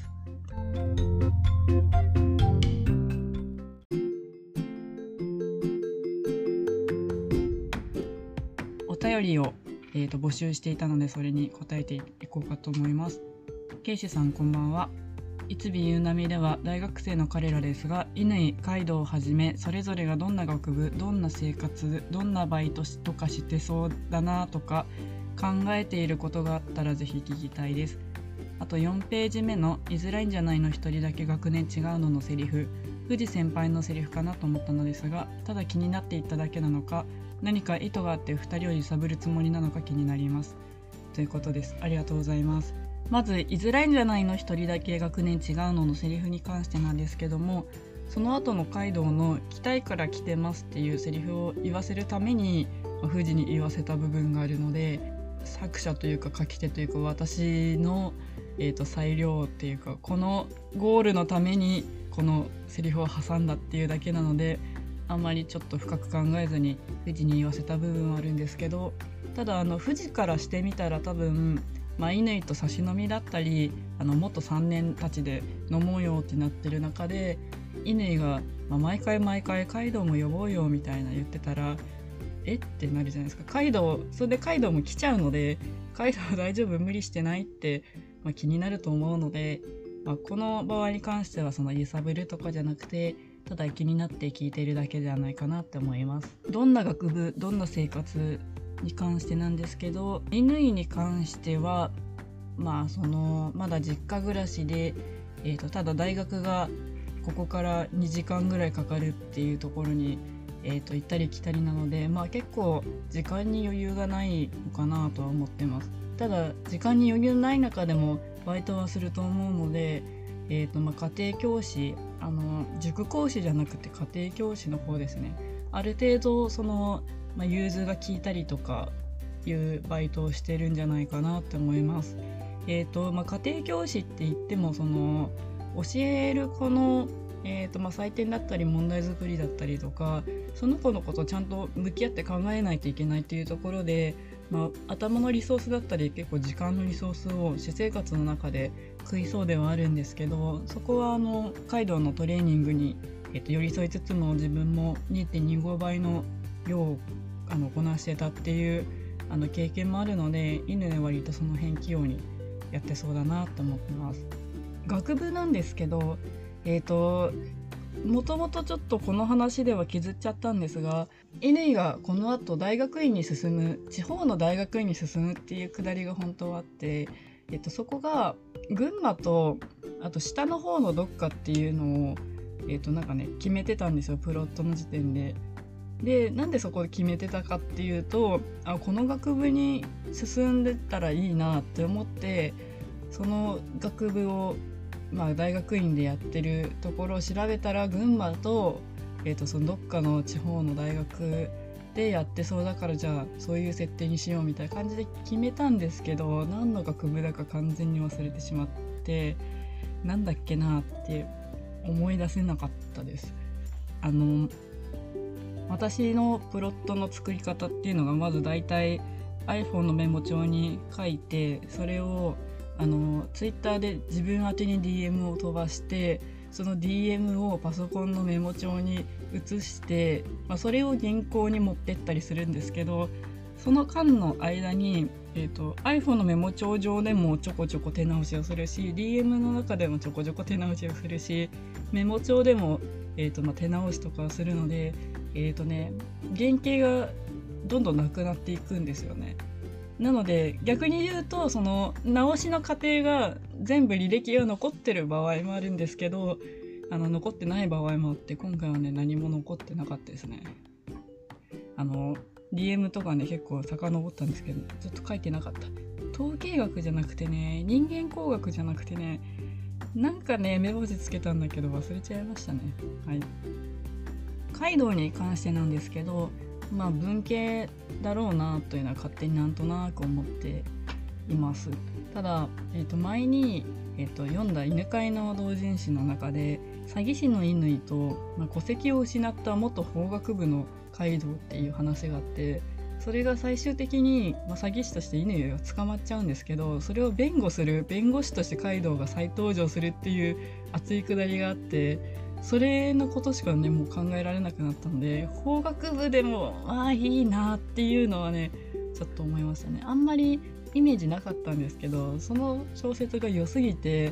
お便りを、募集していたのでそれに答えていこうかと思います。ケイシさんこんばんは。 いつびゆうなみでは大学生の彼らですが、乾、カイドウをはじめそれぞれがどんな学部、どんな生活、どんなバイトとかしてそうだなとか考えていることがあったらぜひ聞きたいです。あと4ページ目の居づらいんじゃないの一人だけ学年違うののセリフ、藤先輩のセリフかなと思ったのですが、ただ気になっていただけなのか、何か意図があって2人を揺さぶるつもりなのか気になります。ということです。ありがとうございます。まず居づらいんじゃないの一人だけ学年違うののセリフに関してなんですけども、その後のカイドウの来たいから来てますっていうセリフを言わせるために藤に言わせた部分があるので、作者というか書き手というか私の、裁量っていうか、このゴールのためにこのセリフを挟んだっていうだけなので、あんまりちょっと深く考えずに藤に言わせた部分はあるんですけど、ただ藤からしてみたら多分乾と差し飲みだったり元3年たちで飲もうよってなってる中で、乾が、毎回カイドウも呼ぼうよみたいな言ってたらってなるじゃないですか。それでカイドウも来ちゃうので、カイドウ大丈夫無理してないって、気になると思うので、この場合に関してはその揺さぶるとかじゃなくて、ただ気になって聞いているだけではないかなって思います。どんな学部、どんな生活に関してなんですけど、乾に関してはまだ実家暮らしで、ただ大学がここから2時間ぐらいかかるっていうところに、行ったり来たりなので、結構時間に余裕がないのかなとは思ってます。ただ時間に余裕ない中でもバイトはすると思うので、家庭教師、塾講師じゃなくて家庭教師の方ですね。ある程度融通が効いたりとかいうバイトをしてるんじゃないかなって思います。家庭教師って言っても教える子の、採点だったり問題作りだったりとか、その子のことをちゃんと向き合って考えないといけないっていうところで、頭のリソースだったり結構時間のリソースを私生活の中で食いそうではあるんですけど、そこはカイドウのトレーニングに、寄り添いつつも自分も 2.25 倍の量をこなしてたっていう経験もあるので、乾は割とその辺器用にやってそうだなと思ってます。学部なんですけど、もともとちょっとこの話では削っちゃったんですが、乾がこの後大学院に進む、地方の大学院に進むっていうくだりが本当はあって、そこが群馬とあと下の方のどっかっていうのを、決めてたんですよ、プロットの時点で。で、なんでそこで決めてたかっていうと、この学部に進んでたらいいなって思って、その学部を大学院でやってるところを調べたら、群馬と、そのどっかの地方の大学でやってそうだから、じゃあそういう設定にしようみたいな感じで決めたんですけど、何の学部だか完全に忘れてしまって、なんだっけなって思い出せなかったです。私のプロットの作り方っていうのが、まずだいたい iPhone のメモ帳に書いて、それをTwitter で自分宛てに DM を飛ばして、その DM をパソコンのメモ帳に移して、それを原稿に持ってったりするんですけど、その間の間に、iPhone のメモ帳上でもちょこちょこ手直しをするし、 DM の中でもちょこちょこ手直しをするし、メモ帳でも、手直しとかをするので、原型がどんどんなくなっていくんですよね。なので逆に言うと、その直しの過程が全部履歴が残ってる場合もあるんですけど、残ってない場合もあって、今回はね何も残ってなかったですね。DM とかね結構遡ったんですけど、ちょっと書いてなかった。統計学じゃなくてね、人間工学じゃなくてね、なんかね目星つけたんだけど忘れちゃいましたね。はい。カイドウに関してなんですけど、文系だろうなというのは勝手になんとなく思っています。ただ、前に、読んだ犬飼の同人誌の中で、詐欺師の乾と、戸籍を失った元法学部のカイドウっていう話があって、それが最終的に、詐欺師として乾が捕まっちゃうんですけど、それを弁護する弁護士としてカイドウが再登場するっていう熱いくだりがあって、それのことしかねもう考えられなくなったので、法学部でもいいなっていうのはねちょっと思いましたね。あんまりイメージなかったんですけど、その小説が良すぎて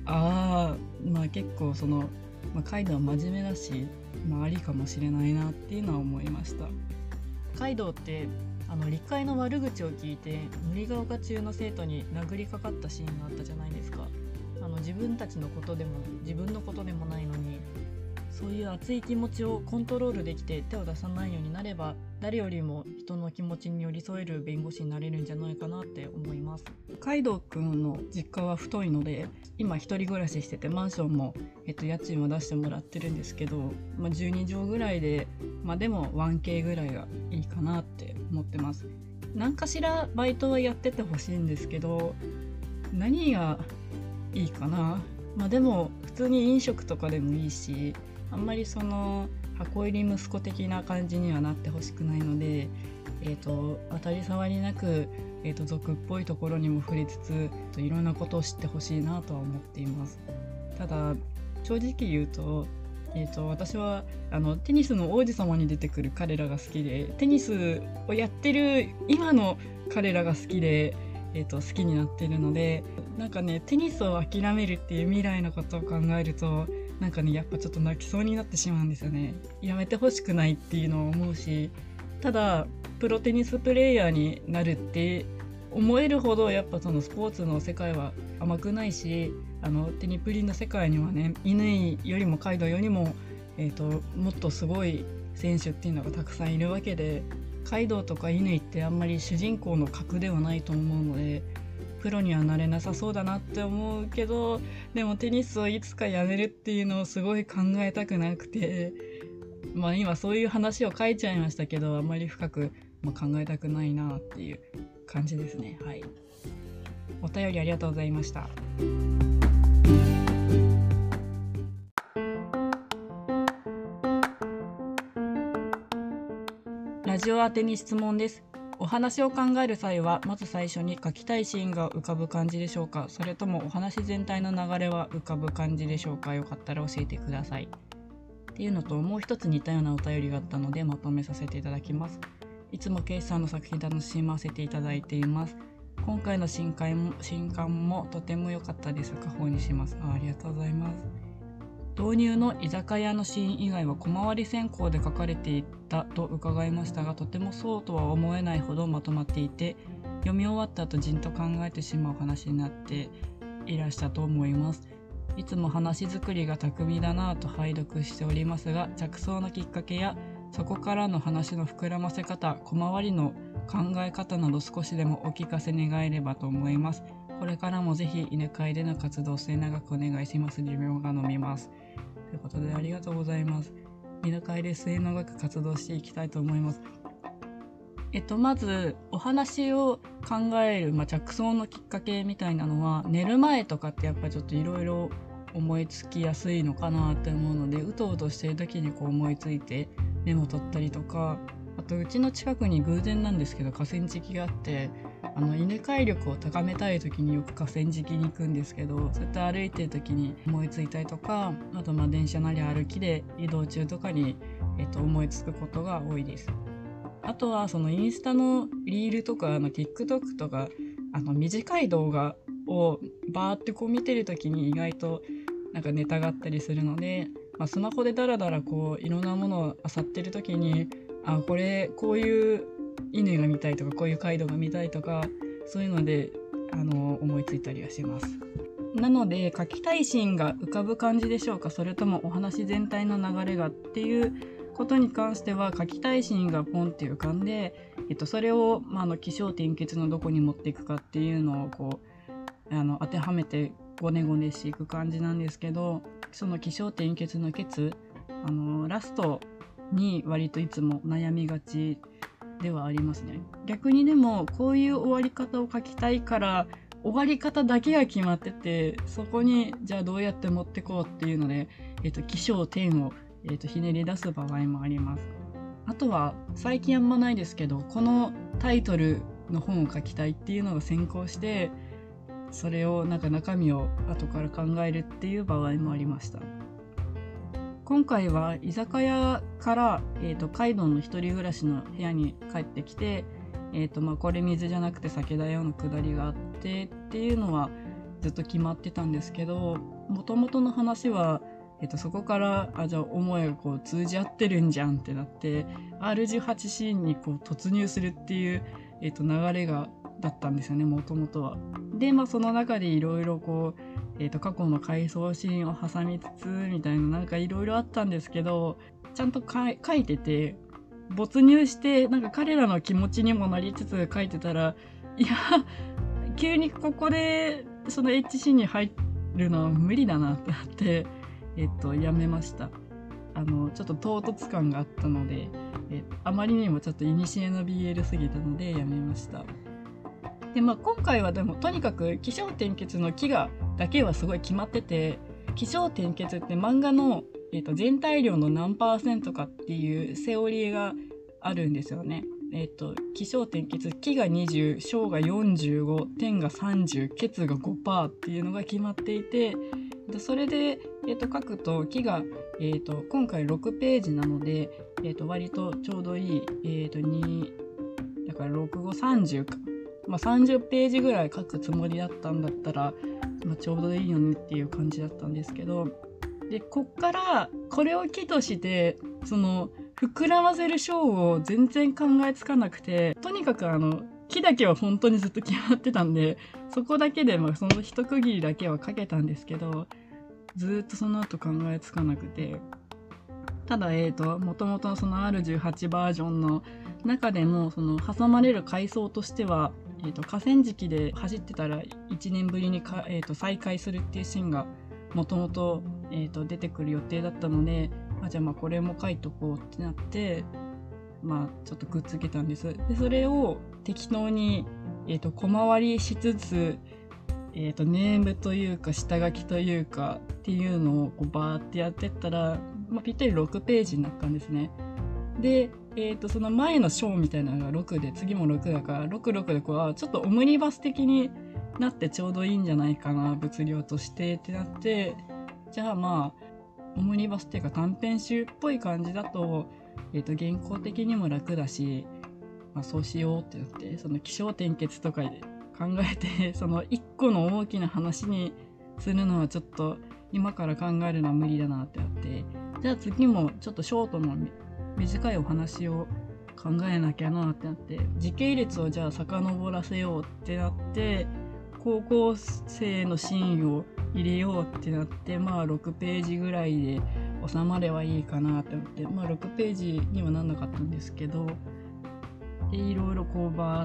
まあ結構カイドウは真面目だし、ありかもしれないなっていうのは思いました。 カイドウって陸海の悪口を聞いて森が丘中の生徒に殴りかかったシーンがあったじゃないですか。自分たちのことでも自分のことでもないのに、そういう熱い気持ちをコントロールできて手を出さないようになれば、誰よりも人の気持ちに寄り添える弁護士になれるんじゃないかなって思います。 カイドウくんの実家は太いので、今一人暮らししててマンションも、家賃は出してもらってるんですけど、12畳ぐらいで、でも 1K ぐらいがいいかなって思ってます。何かしらバイトはやっててほしいんですけど、何がいいかな。でも普通に飲食とかでもいいし、あんまり箱入り息子的な感じにはなってほしくないので、当たり障りなく、俗っぽいところにも触れつつ、いろんなことを知ってほしいなとは思っています。ただ正直言うと、私はテニスの王子様に出てくる彼らが好きで、テニスをやってる今の彼らが好きで、好きになってるので、テニスを諦めるっていう未来のことを考えると、やっぱちょっと泣きそうになってしまうんですよね。やめてほしくないっていうのを思うし、ただプロテニスプレーヤーになるって思えるほどやっぱスポーツの世界は甘くないし、テニプリの世界にはね、乾よりもカイドウよりも、もっとすごい選手っていうのがたくさんいるわけで、カイドウとか乾ってあんまり主人公の格ではないと思うので、プロにはなれなさそうだなって思うけど、でもテニスをいつかやめるっていうのをすごい考えたくなくて、今そういう話を書いちゃいましたけど、あんまり深く、考えたくないなっていう感じですね。はい。お便りありがとうございました。ラジオ宛てに質問です。お話を考える際は、まず最初に書きたいシーンが浮かぶ感じでしょうか、それともお話全体の流れは浮かぶ感じでしょうか。よかったら教えてください。っていうのと、もう一つ似たようなお便りがあったのでまとめさせていただきます。いつもケイさんの作品楽しませていただいています。今回の新刊もとても良かったです。家宝にします。ありがとうございます。導入の居酒屋のシーン以外は小回り先行で書かれていたと伺いましたが、とてもそうとは思えないほどまとまっていて、読み終わった後じんと考えてしまう話になっていらしたと思います。いつも話作りが巧みだなぁと拝読しておりますが、着想のきっかけやそこからの話の膨らませ方、小回りの考え方など少しでもお聞かせ願えればと思います。これからもぜひ犬飼での活動を末永くお願いします。寿命が延びます。ということでありがとうございます。犬飼で末永く活動していきたいと思います。まずお話を考える、着想のきっかけみたいなのは、寝る前とかってやっぱりちょっといろいろ思いつきやすいのかなって思うので、うとうとしてる時に思いついてメモ取ったりとか、あとうちの近くに偶然なんですけど河川敷があって、犬飼力を高めたい時によく河川敷に行くんですけど、そうやって歩いてる時に思いついたりとか、あと電車なり歩きで移動中とかに、思いつくことが多いです。あとはインスタのリールとかTikTok とか短い動画をバーって見てる時に意外とネタがあったりするので、スマホでダラダラいろんなものを漁ってる時に、こういう犬が見たいとか、こういうカイドウが見たいとか、そういうので思いついたりはします。なので書きたいシーンが浮かぶ感じでしょうか、それともお話全体の流れがっていうことに関しては、書きたいシーンがポンって浮かんで、それを、起承転結のどこに持っていくかっていうのを当てはめてゴネゴネしていく感じなんですけど、その起承転結のケツ、ラストに割といつも悩みがちではありますね。逆にでもこういう終わり方を書きたいから終わり方だけが決まってて、そこにじゃあどうやって持ってこうっていうので、起承転を、ひねり出す場合もあります。あとは最近あんまないですけど、このタイトルの本を書きたいっていうのが先行して、それを中身を後から考えるっていう場合もありました。今回は居酒屋から、カイドウの一人暮らしの部屋に帰ってきて、これ水じゃなくて酒だよのくだりがあってっていうのはずっと決まってたんですけど、もともとの話は、そこからじゃあ思いがこう通じ合ってるんじゃんってなって R18 シーンにこう突入するっていう、流れだったんですよね、もともとは。で、その中でいろいろこう、過去の回想シーンを挟みつつみたいな、なんかいろいろあったんですけど、ちゃんと書いてて、没入してなんか彼らの気持ちにもなりつつ書いてたら、いや急にここでその HC に入るのは無理だなってなって、やめました。ちょっと唐突感があったので、あまりにもちょっと古の BL すぎたのでやめました。で、今回はでもとにかく起承転結の飢餓だけはすごい決まってて、起承転結って漫画の、全体量の何%かっていうセオリーがあるんですよね。起承転結、起が20、承が45、転が30、結が 5% っていうのが決まっていて、それで、書くと起が、今回6ページなので、割とちょうどいい、だから6、5、30か。30ページぐらい書くつもりだったんだったら、ちょうどいいよねっていう感じだったんですけど、でこっからこれを起としてその膨らませる章を全然考えつかなくて、とにかく木だけは本当にずっと決まってたんで、そこだけでその一区切りだけは書けたんですけど、ずっとその後考えつかなくて、ただもともとその R18 バージョンの中でもその挟まれる回想としては、河川敷で走ってたら1年ぶりに再会するっていうシーンがもともと出てくる予定だったので、じゃあこれも書いとこうってなって、ちょっとくっつけたんです。でそれを適当に小回りしつつ、ネームというか下書きというかっていうのをこうバーってやってったら、ぴったり6ページになったんですね。で、その前の章みたいなのが6で、次も6だから66でこうちょっとオムニバス的になってちょうどいいんじゃないかな、物量としてってなって、じゃあオムニバスっていうか短編集っぽい感じだと、原稿的にも楽だし、そうしようってなって、その起承転結とかで考えてその1個の大きな話にするのはちょっと今から考えるのは無理だなってなって、じゃあ次もちょっとショートの短いお話を考えなきゃなってなって、時系列をじゃあ遡らせようってなって、高校生のシーンを入れようってなって、6ページぐらいで収まればいいかなって思って、6ページにはなんなかったんですけど、でいろいろこうバーって、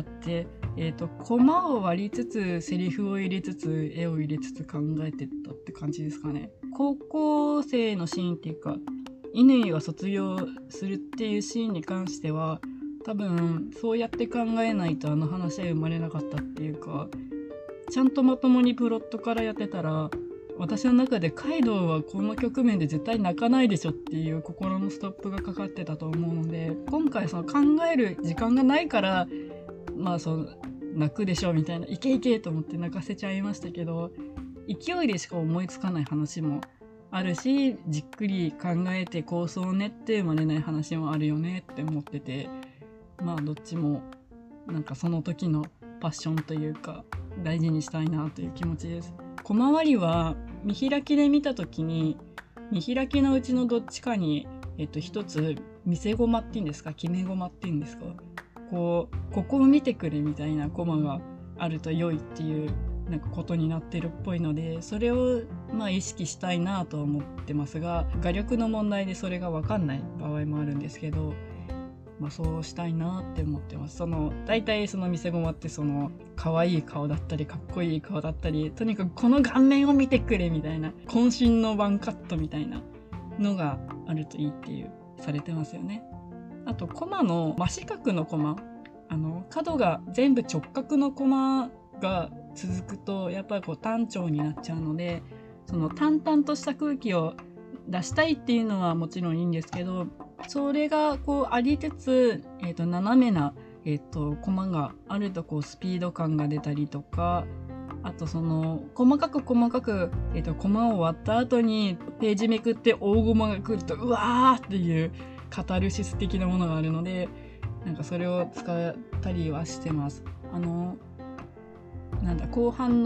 コマを割りつつセリフを入れつつ絵を入れつつ考えてったって感じですかね。高校生のシーンっていうか、乾が卒業するっていうシーンに関しては多分そうやって考えないとあの話は生まれなかったっていうか、ちゃんとまともにプロットからやってたら、私の中でカイドウはこの局面で絶対泣かないでしょっていう心のストップがかかってたと思うので、今回その考える時間がないから泣くでしょみたいな、いけいけと思って泣かせちゃいましたけど、勢いでしか思いつかない話もあるし、じっくり考えて構想を練って生まれない話もあるよねって思ってて、どっちもなんかその時のパッションというか大事にしたいなという気持ちです。小回りは見開きで見た時に、見開きのうちのどっちかに一つ見せゴマっていうんですか、決めゴマっていうんですか、ここを見てくれみたいなコマがあると良いっていうなんかことになってるっぽいので、それを意識したいなと思ってますが、画力の問題でそれが分かんない場合もあるんですけど、そうしたいなって思ってます。大体その見せゴマって可愛い顔だったりかっこいい顔だったり、とにかくこの顔面を見てくれみたいな渾身のワンカットみたいなのがあるといいっていうされてますよね。あとコマの真四角のコマ、角が全部直角のコマが続くとやっぱり単調になっちゃうので、その淡々とした空気を出したいっていうのはもちろんいいんですけど、それがありつつ、斜めな、コマがあるとスピード感が出たりとか、あと細かく、コマを割った後にページめくって大コマが来るとうわーっていうカタルシス的なものがあるので、なんかそれを使ったりはしてます。後半の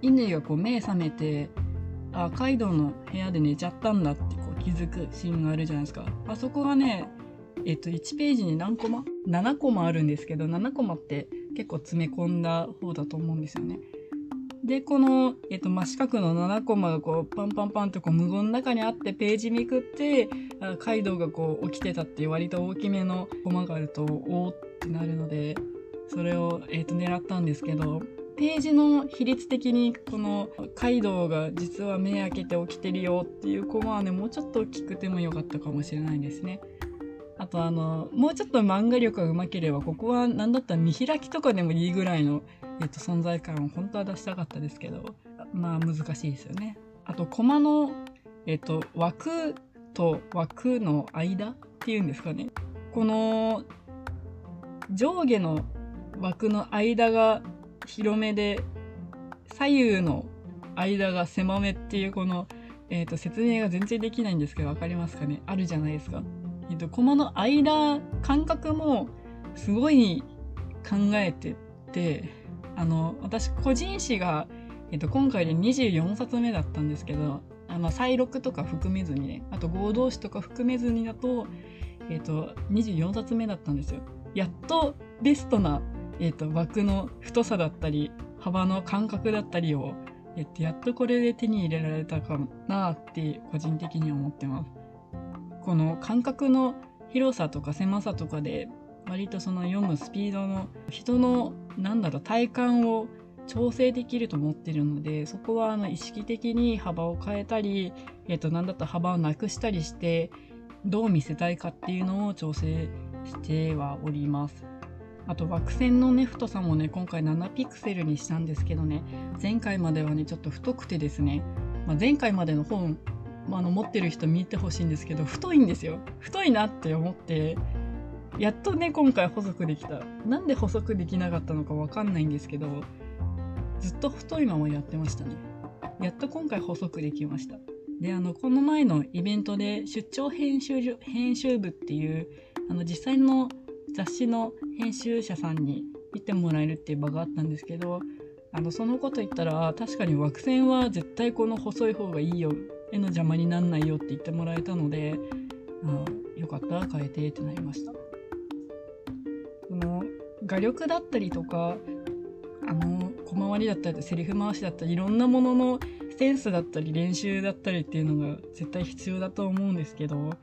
乾がこう目覚めて、カイドウの部屋で寝ちゃったんだってこう気づくシーンがあるじゃないですか。あそこがね、1ページに何コマ ?7 コマあるんですけど、7コマって結構詰め込んだ方だと思うんですよね。で、この、真四角の7コマがこうパンパンパンとこう無言の中にあって、ページめくって、カイドウがこう起きてたっていう割と大きめのコマがあると、おーってなるので、それを、狙ったんですけど、ページの比率的にこのカイドウが実は目開けて起きてるよっていうコマはね、もうちょっと大きくてもよかったかもしれないですね。あともうちょっと漫画力が上手ければ、ここは何だったら見開きとかでもいいぐらいの、存在感を本当は出したかったですけど、まあ難しいですよね。あとコマの、枠と枠の間っていうんですかね。この上下の枠の間が広めで左右の間が狭めっていうこの、説明が全然できないんですけど、分かりますかね。あるじゃないですか。コマの間間隔もすごい考えてて、私個人誌が、今回で24冊目だったんですけど、再録とか含めずにね、あと合同誌とか含めずにだと、24冊目だったんですよ。やっとベストな、枠の太さだったり幅の間隔だったりを、やっとこれで手に入れられたかなって個人的に思ってます。この間隔の広さとか狭さとかで割とその読むスピードの人の体感を調整できると思ってるので、そこは意識的に幅を変えたり、なんだったら幅をなくしたりしてどう見せたいかっていうのを調整してはおります。あと枠線のね太さもね今回7ピクセルにしたんですけどね、前回まではねちょっと太くてですね、前回までの本持ってる人見てほしいんですけど、太いんですよ。太いなって思ってやっとね今回細くできた。なんで細くできなかったのかわかんないんですけど、ずっと太いままやってましたね。やっと今回細くできました。でこの前のイベントで出張編集部っていう実際の雑誌の編集者さんに見てもらえるっていう場があったんですけど、そのこと言ったら確かに枠線は絶対この細い方がいいよ、絵の邪魔になんないよって言ってもらえたので、よかったら変えてってなりました。この画力だったりとか小回りだったりセリフ回しだったりいろんなもののセンスだったり練習だったりっていうのが絶対必要だと思うんですけど、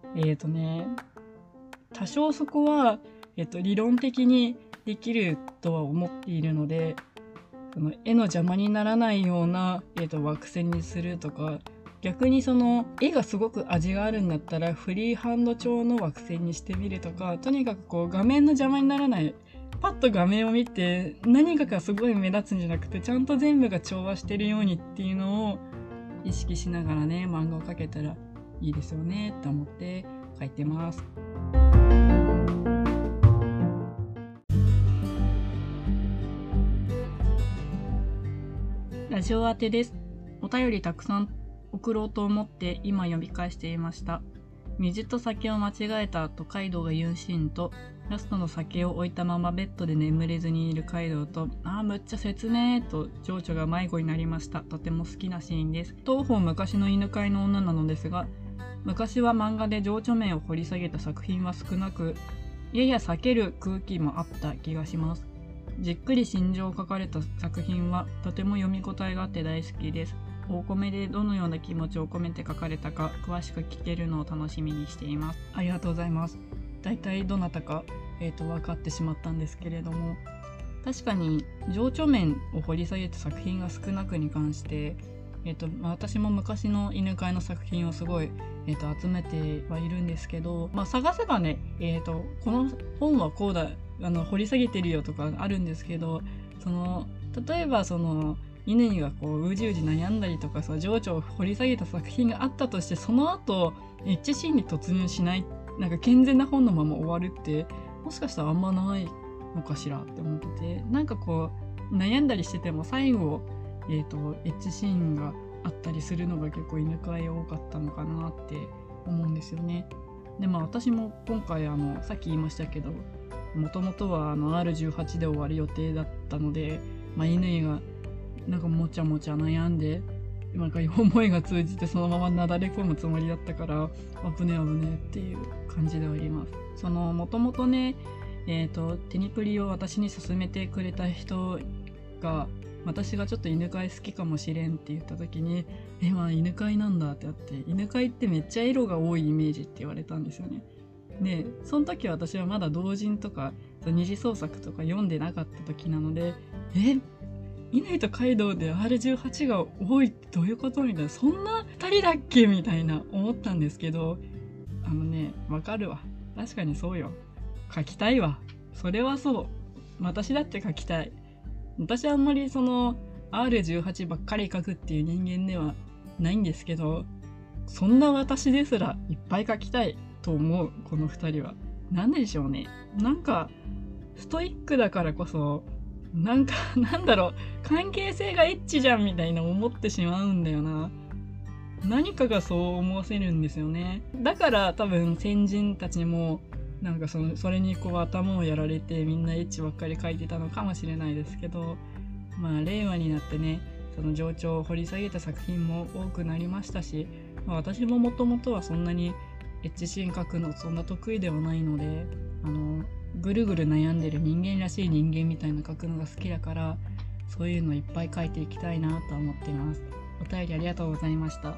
多少そこは、理論的にできるとは思っているので、その絵の邪魔にならないような、枠線にするとか、逆にその絵がすごく味があるんだったらフリーハンド調の枠線にしてみるとか、とにかくこう画面の邪魔にならない、パッと画面を見て何かがすごい目立つんじゃなくてちゃんと全部が調和してるようにっていうのを意識しながらね漫画を描けたらいいですよねって思って描いてます。ラジオ宛てです。お便りたくさん送ろうと思って今読み返していました。水と酒を間違えたとカイドウが言うシーンと、ラストの酒を置いたままベッドで眠れずにいるカイドウと、むっちゃ切ねーと情緒が迷子になりました。とても好きなシーンです。当方昔の犬飼いの女なのですが、昔は漫画で情緒面を掘り下げた作品は少なく、やや避ける空気もあった気がします。じっくり心情を書かれた作品はとても読み応えがあって大好きです。大米でどのような気持ちを込めて書かれたか詳しく聞けるのを楽しみにしています。ありがとうございます。だいたいどなたか、分かってしまったんですけれども、確かに情緒面を掘り下げた作品が少なくに関して、私も昔の犬飼いの作品をすごい、集めてはいるんですけど、探せばね、この本はこうだ掘り下げてるよとかあるんですけど、例えば乾がこううじうじ悩んだりとか情緒を掘り下げた作品があったとして、その後エッチシーンに突入しない、なんか健全な本のまま終わるってもしかしたらあんまないのかしらって思ってて、なんかこう悩んだりしてても最後、エッチシーンがあったりするのが結構犬飼い多かったのかなって思うんですよね。で私も今回さっき言いましたけど、もともとはR18 で終わる予定だったので、乾がなんかもちゃもちゃ悩んで、なんか思いが通じてそのままなだれ込むつもりだったから、危ねっていう感じではいます。もともとね、テニプリを私に勧めてくれた人が、私がちょっと犬飼い好きかもしれんって言った時に、まあ犬飼いなんだってあって、犬飼いってめっちゃエロが多いイメージって言われたんですよね。でその時私はまだ同人とか二次創作とか読んでなかった時なので、乾とカイドウで R18 が多いってどういうことみたいな、そんな2人だっけみたいな思ったんですけど、わかるわ。確かにそうよ。書きたいわ。それはそう。私だって書きたい。私はあんまりR18 ばっかり書くっていう人間ではないんですけど、そんな私ですらいっぱい書きたいと思う、この2人は。なんでしょうね。なんかストイックだからこそ、なんだろう、関係性がエッチじゃんみたいな思ってしまうんだよな。何かがそう思わせるんですよね。だから多分先人たちもなんかそれに頭をやられてみんなエッチばっかり書いてたのかもしれないですけど、令和になってね、その情緒を掘り下げた作品も多くなりましたし、私ももともとはそんなにエッチシーン書くのそんな得意ではないので、ぐるぐる悩んでる人間らしい人間みたいな書くのが好きだから、そういうのいっぱい書いていきたいなと思っています。お便りありがとうございました。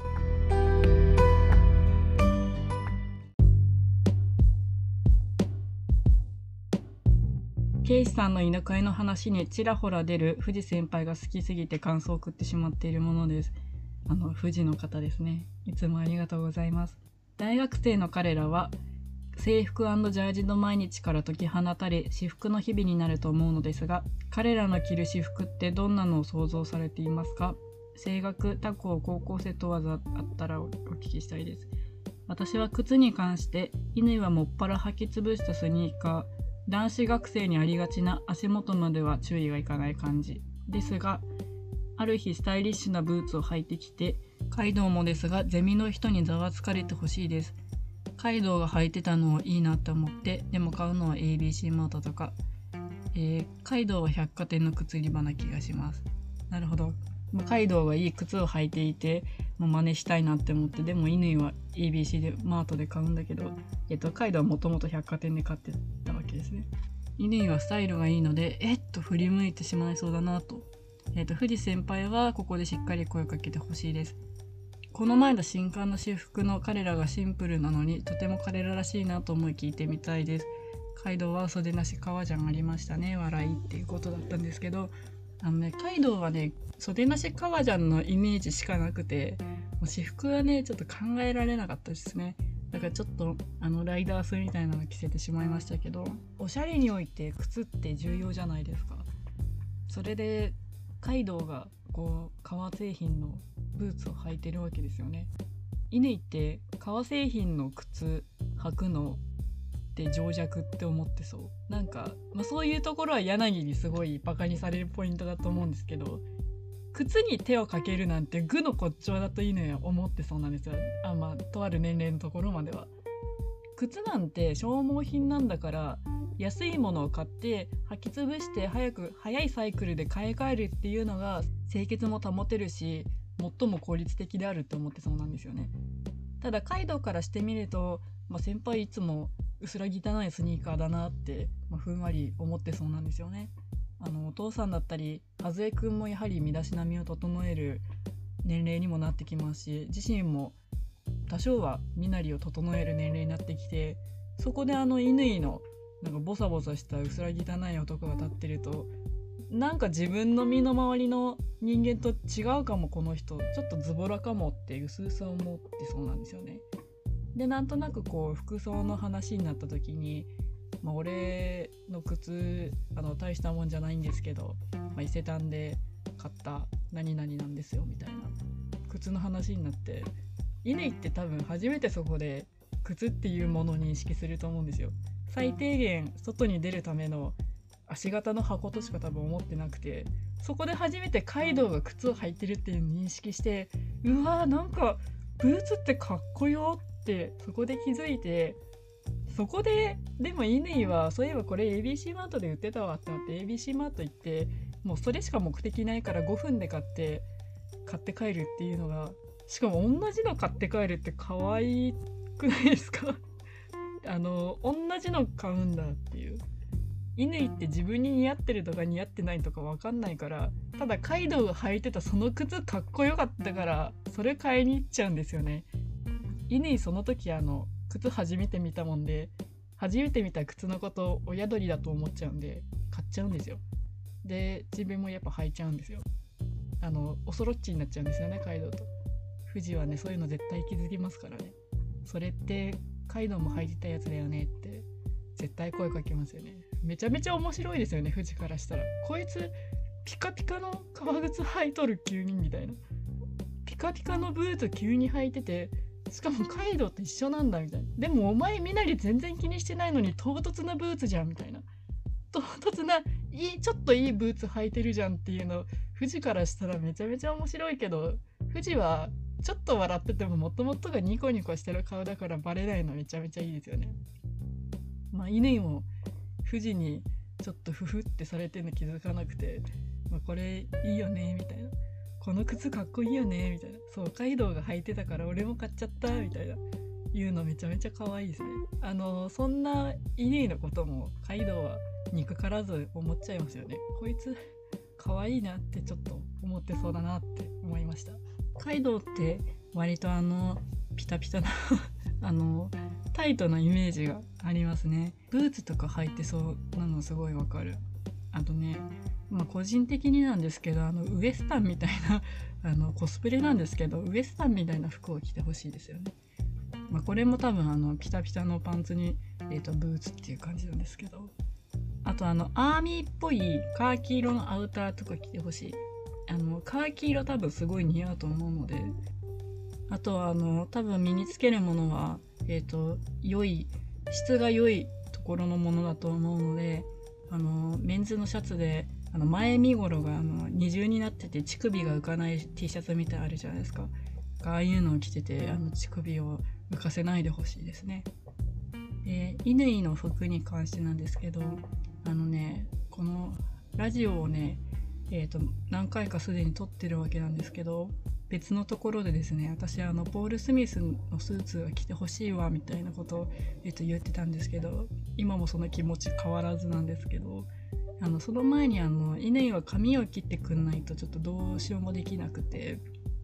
ケイシさんの犬飼いの話にちらほら出る藤先輩が好きすぎて感想を送ってしまっているものです。藤の方ですね。いつもありがとうございます。大学生の彼らは制服&ジャージの毎日から解き放たれ、私服の日々になると思うのですが、彼らの着る私服ってどんなのを想像されていますか？声楽、他校、高校生問わずあったらお聞きしたいです。私は靴に関して、乾はもっぱら履き潰したスニーカー、男子学生にありがちな足元までは注意がいかない感じですが、ある日スタイリッシュなブーツを履いてきて、カイドウもですがゼミの人にざわつかれてほしいです。カイドウが履いてたのをいいなって思って、でも買うのは ABC マートとか、カイドウは百貨店の靴売り場な気がします。なるほど。カイドウがいい靴を履いていて、真似したいなって思って、でも乾は ABC でマートで買うんだけど、カイドウはもともと百貨店で買ってたわけですね。乾はスタイルがいいので、振り向いてしまいそうだなと。藤先輩はここでしっかり声をかけてほしいです。この前の新刊の私服の彼らがシンプルなのにとても彼ららしいなと思い聞いてみたいです。カイドウは袖なし革ジャンありましたね、笑いっていうことだったんですけど、カイドウはね、袖なし革ジャンのイメージしかなくて、もう私服はねちょっと考えられなかったですね。だからちょっとライダースみたいなの着せてしまいましたけど、おしゃれにおいて靴って重要じゃないですか。それでカイドウが革製品のブーツを履いてるわけですよね。乾って革製品の靴履くのって情弱って思ってそう。なんか、そういうところは柳にすごいバカにされるポイントだと思うんですけど、靴に手をかけるなんて愚の骨頂だと乾は思ってそうなんですよ。とある年齢のところまでは。靴なんて消耗品なんだから、安いものを買って履き潰して早いサイクルで買い替えるっていうのが清潔も保てるし、最も効率的であると思ってそうなんですよね。ただカイドウからしてみると、先輩いつも薄ら汚いスニーカーだなって、ふんわり思ってそうなんですよね。お父さんだったりハズエくんもやはり身だしなみを整える年齢にもなってきますし、自身も多少は身なりを整える年齢になってきて、そこで乾のなんかボサボサした薄ら汚い男が立ってると、なんか自分の身の回りの人間と違うかも、この人ちょっとズボラかもってうすうす思ってそうなんですよね。でなんとなく服装の話になった時に、俺の靴大したもんじゃないんですけど、伊勢丹で買った何々なんですよみたいな靴の話になって、乾って多分初めてそこで靴っていうものを認識すると思うんですよ。最低限外に出るための足型の箱としか多分思ってなくて、そこで初めてカイドウが靴を履いてるっていうのを認識して、うわーなんかブーツってかっこよってそこで気づいて、そこででも乾はそういえばこれ ABC マートで売ってたわってなって ABC マート行ってもうそれしか目的ないから5分で買って帰るっていうのが、しかも同じの買って帰るって可愛くないですか？同じの買うんだっていう。乾って自分に似合ってるとか似合ってないとか分かんないから、ただカイドウが履いてたその靴かっこよかったからそれ買いに行っちゃうんですよね。乾その時靴初めて見たもんで、初めて見た靴のことを親鳥だと思っちゃうんで買っちゃうんですよ。で自分もやっぱ履いちゃうんですよ。おそろっちになっちゃうんですよね、カイドウと。富士はねそういうの絶対気づきますからね。それってカイドウも履いてたやつだよねって絶対声かけますよね。めちゃめちゃ面白いですよね、富士からしたら。こいつピカピカの革靴履いとる急にみたいな。ピカピカのブーツ急に履いてて、しかもカイドウと一緒なんだみたいな。でもお前身なり全然気にしてないのに唐突なブーツじゃんみたいな。唐突なちょっといいブーツ履いてるじゃんっていうの、富士からしたらめちゃめちゃ面白いけど、富士はちょっと笑っててももともとがニコニコしてる顔だからバレないのめちゃめちゃいいですよね。まあ乾も富士にちょっとフフってされてるの気づかなくて、これいいよねみたいな、この靴かっこいいよねみたいな、そうカイドウが履いてたから俺も買っちゃったみたいな言うのめちゃめちゃ可愛いですね。そんな乾のこともカイドウは憎からず思っちゃいますよね。こいつ可愛いなってちょっと思ってそうだなって思いました。カイドウって割とピタピタなタイトなイメージがありますね。ブーツとか履いてそうなのすごいわかる。あとね、個人的になんですけどウエスタンみたいなコスプレなんですけどウエスタンみたいな服を着てほしいですよね。これも多分ピタピタのパンツに、ブーツっていう感じなんですけど、あとアーミーっぽいカーキ色のアウターとか着てほしい。カーキ色多分すごい似合うと思うので、あとは多分身につけるものは質が良いところのものだと思うので、メンズのシャツで前身頃が二重になってて乳首が浮かない T シャツみたいあるじゃないですか。ああいうのを着てて乳首を浮かせないでほしいですね。乾の服に関してなんですけど、このラジオをね何回かすでに撮ってるわけなんですけど、別のところでですね、私ポール・スミスのスーツが着てほしいわみたいなことを、言ってたんですけど、今もその気持ち変わらずなんですけど、その前に乾は髪を切ってくんないとちょっとどうしようもできなくて、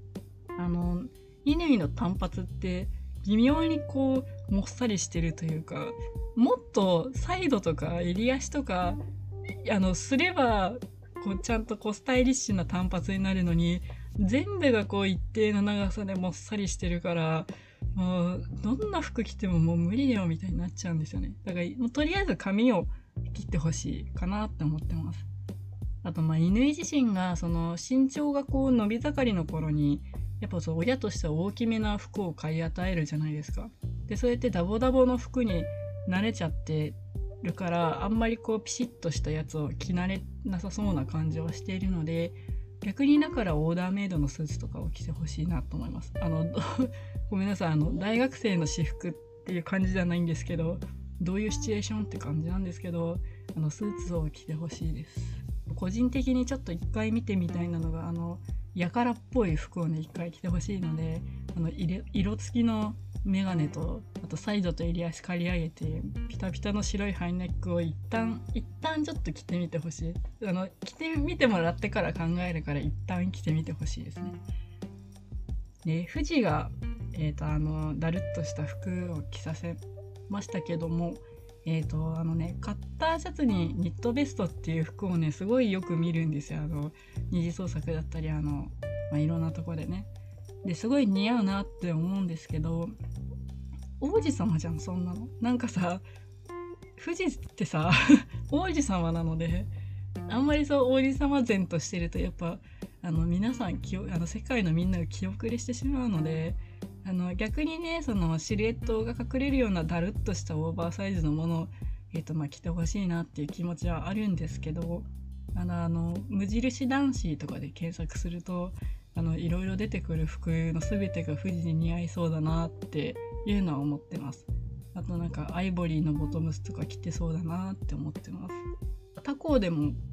乾の短髪って微妙にこうもっさりしてるというか、もっとサイドとか襟足とかすればちゃんとスタイリッシュな短髪になるのに、全部が一定の長さでもっさりしてるから、もうどんな服着てももう無理だよみたいになっちゃうんですよね。だからもうとりあえず髪を切ってほしいかなって思ってます。あと乾自身が身長が伸び盛りの頃にやっぱ親としては大きめな服を買い与えるじゃないですか。でそうやってダボダボの服に慣れちゃってるから、あんまりピシッとしたやつを着慣れなさそうな感じはしているので、逆にだからオーダーメイドのスーツとかを着てほしいなと思います。ごめんなさい、大学生の私服っていう感じじゃないんですけど、どういうシチュエーションって感じなんですけど、スーツを着てほしいです。個人的にちょっと一回見てみたいなのがやからっぽい服をね一回着てほしいので、色付きのメガネと、あとサイドと襟足刈り上げてピタピタの白いハイネックを一旦ちょっと着てみてほしい。着てみてもらってから考えるから一旦着てみてほしいですね。で富士がだるっとした服を着させましたけども、カッターシャツにニットベストっていう服をねすごいよく見るんですよ。二次創作だったりいろんなとこでね。ですごい似合うなって思うんですけど、王子様じゃんそんなの。なんかさ、富士ってさ王子様なので、あんまり王子様前としてるとやっぱ皆さん世界のみんなが気遅れしてしまうので、逆にねシルエットが隠れるようなだるっとしたオーバーサイズのものを着てほしいなっていう気持ちはあるんですけど、無印男子とかで検索するといろいろ出てくる服の全てが富士に似合いそうだなっていうのは思ってます。あとアイボリーのボトムスとか着てそうだなって思ってます。他校でも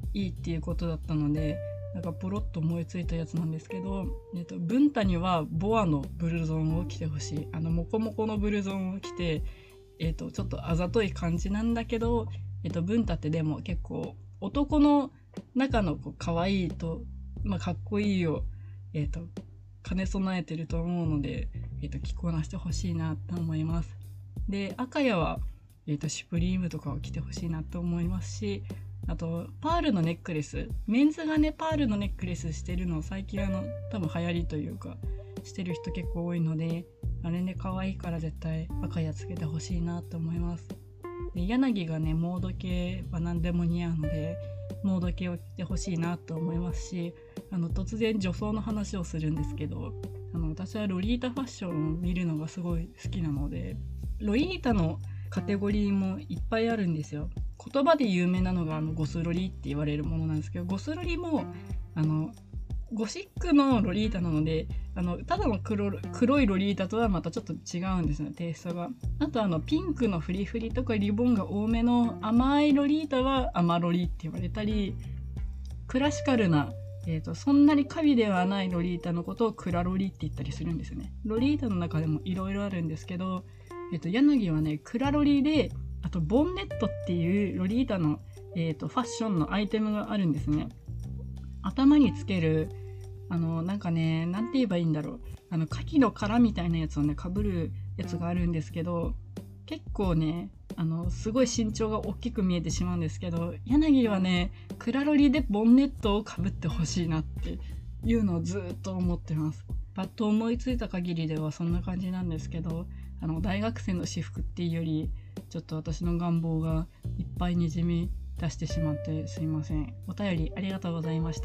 いいっていうことだったので、なんかポロッと思いついたやつなんですけど、文太にはボアのブルゾンを着てほしい。モコモコのブルゾンを着て、ちょっとあざとい感じなんだけど、文太ってでも結構男の中のこう可愛いと、かっこいいを、兼ね備えてると思うので、着こなしてほしいなと思います。で、赤谷は、シュプリームとかを着てほしいなと思いますし、あとパールのネックレス、メンズがねパールのネックレスしてるの最近多分流行りというかしてる人結構多いので、あれね可愛いから絶対赤谷つけてほしいなと思います。で、柳がねモード系は何でも似合うのでモード系を着てほしいなと思いますし、突然女装の話をするんですけど、私はロリータファッションを見るのがすごい好きなので、ロリータのカテゴリーもいっぱいあるんですよ。言葉で有名なのがゴスロリって言われるものなんですけど、ゴスロリもゴシックのロリータなので、ただの黒いロリータとはまたちょっと違うんですね、テイストが。あとピンクのフリフリとかリボンが多めの甘いロリータは甘ロリって言われたり、クラシカルなそんなにカビではないロリータのことをクラロリって言ったりするんですよね。ロリータの中でもいろいろあるんですけど、柳はねクラロリで、あとボンネットっていうロリータの、ファッションのアイテムがあるんですね。頭につけるなんかね、なんて言えばいいんだろう、牡蠣の殻みたいなやつをねかぶるやつがあるんですけど、結構ねすごい身長が大きく見えてしまうんですけど、柳はねクラロリでボンネットをかぶってほしいなっていうのをずっと思ってます。パッと思いついた限りではそんな感じなんですけど、大学生の私服っていうよりちょっと私の願望がいっぱいにじみ出してしまってすいません。お便りありがとうございました。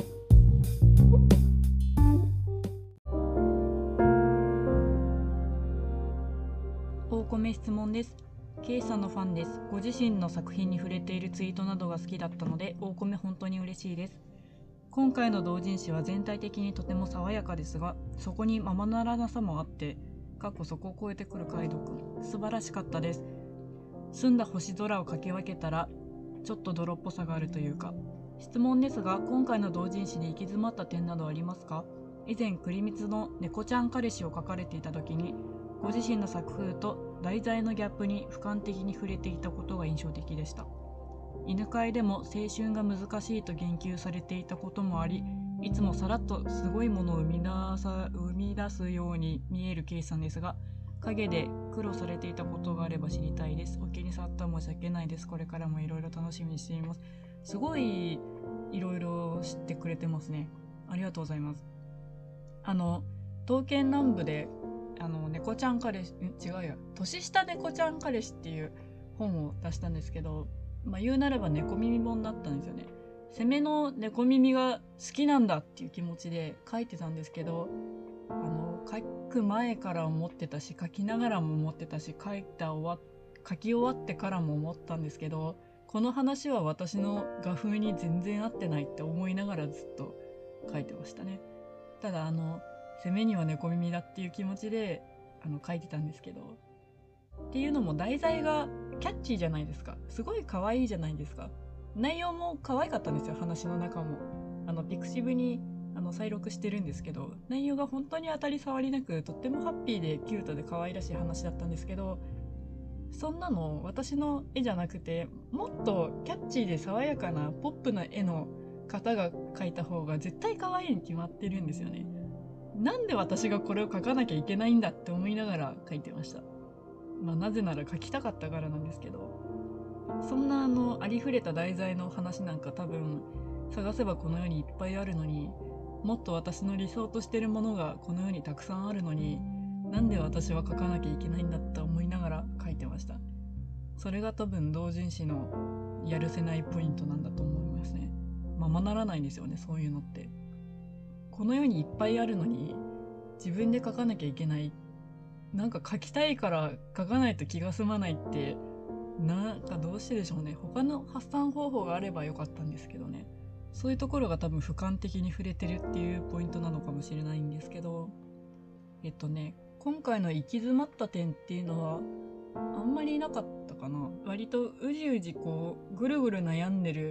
大米質問です。ケイさんのファンです。ご自身の作品に触れているツイートなどが好きだったので、大米本当に嬉しいです。今回の同人誌は全体的にとても爽やかですが、そこにままならなさもあって、そこを超えてくる解読、素晴らしかったです。澄んだ星空をかき分けたら、ちょっと泥っぽさがあるというか。質問ですが、今回の同人誌で行き詰まった点などありますか？以前、栗光の猫ちゃん彼氏を書かれていた時に、ご自身の作風と題材のギャップに俯瞰的に触れていたことが印象的でした。犬飼でも青春が難しいと言及されていたこともあり、いつもさらっとすごいものを生み出すように見えるケイさんですが、陰で苦労されていたことがあれば知りたいです。お気に障ったら申し訳ないです。これからもいろいろ楽しみにしています。すごいいろいろ知ってくれてますね。ありがとうございます。刀剣乱舞で猫ちゃん彼氏、年下猫ちゃん彼氏っていう本を出したんですけど、言うなれば猫耳本だったんですよね。攻めの猫耳が好きなんだっていう気持ちで書いてたんですけど、書く前から思ってたし、書きながらも思ってたし、書き終わってからも思ったんですけど、この話は私の画風に全然合ってないって思いながらずっと書いてましたね。ただ攻めには猫耳だっていう気持ちで書いてたんですけど、っていうのも題材がキャッチーじゃないですか。すごい可愛いじゃないですか。内容も可愛かったんですよ。話の中もピクシブに再録してるんですけど、内容が本当に当たり障りなく、とってもハッピーでキュートで可愛らしい話だったんですけど、そんなの私の絵じゃなくて、もっとキャッチーで爽やかなポップな絵の方が描いた方が絶対可愛いに決まってるんですよね。なんで私がこれを描かなきゃいけないんだって思いながら描いてました。なぜなら描きたかったからなんですけど、そんなありふれた題材の話なんか多分探せばこの世にいっぱいあるのに、もっと私の理想としてるものがこの世にたくさんあるのに、なんで私は描かなきゃいけないんだって思いながら描いてました。それが多分同人誌のやるせないポイントなんだと思いますね。ままならないんですよね、そういうのって。この世にいっぱいあるのに自分で描かなきゃいけない、なんか描きたいから描かないと気が済まないって、なんかどうしてでしょうね。他の発散方法があればよかったんですけどね。そういうところが多分俯瞰的に触れてるっていうポイントなのかもしれないんですけど、今回の行き詰まった点っていうのはあんまりなかったかな。割とうじうじぐるぐる悩んでる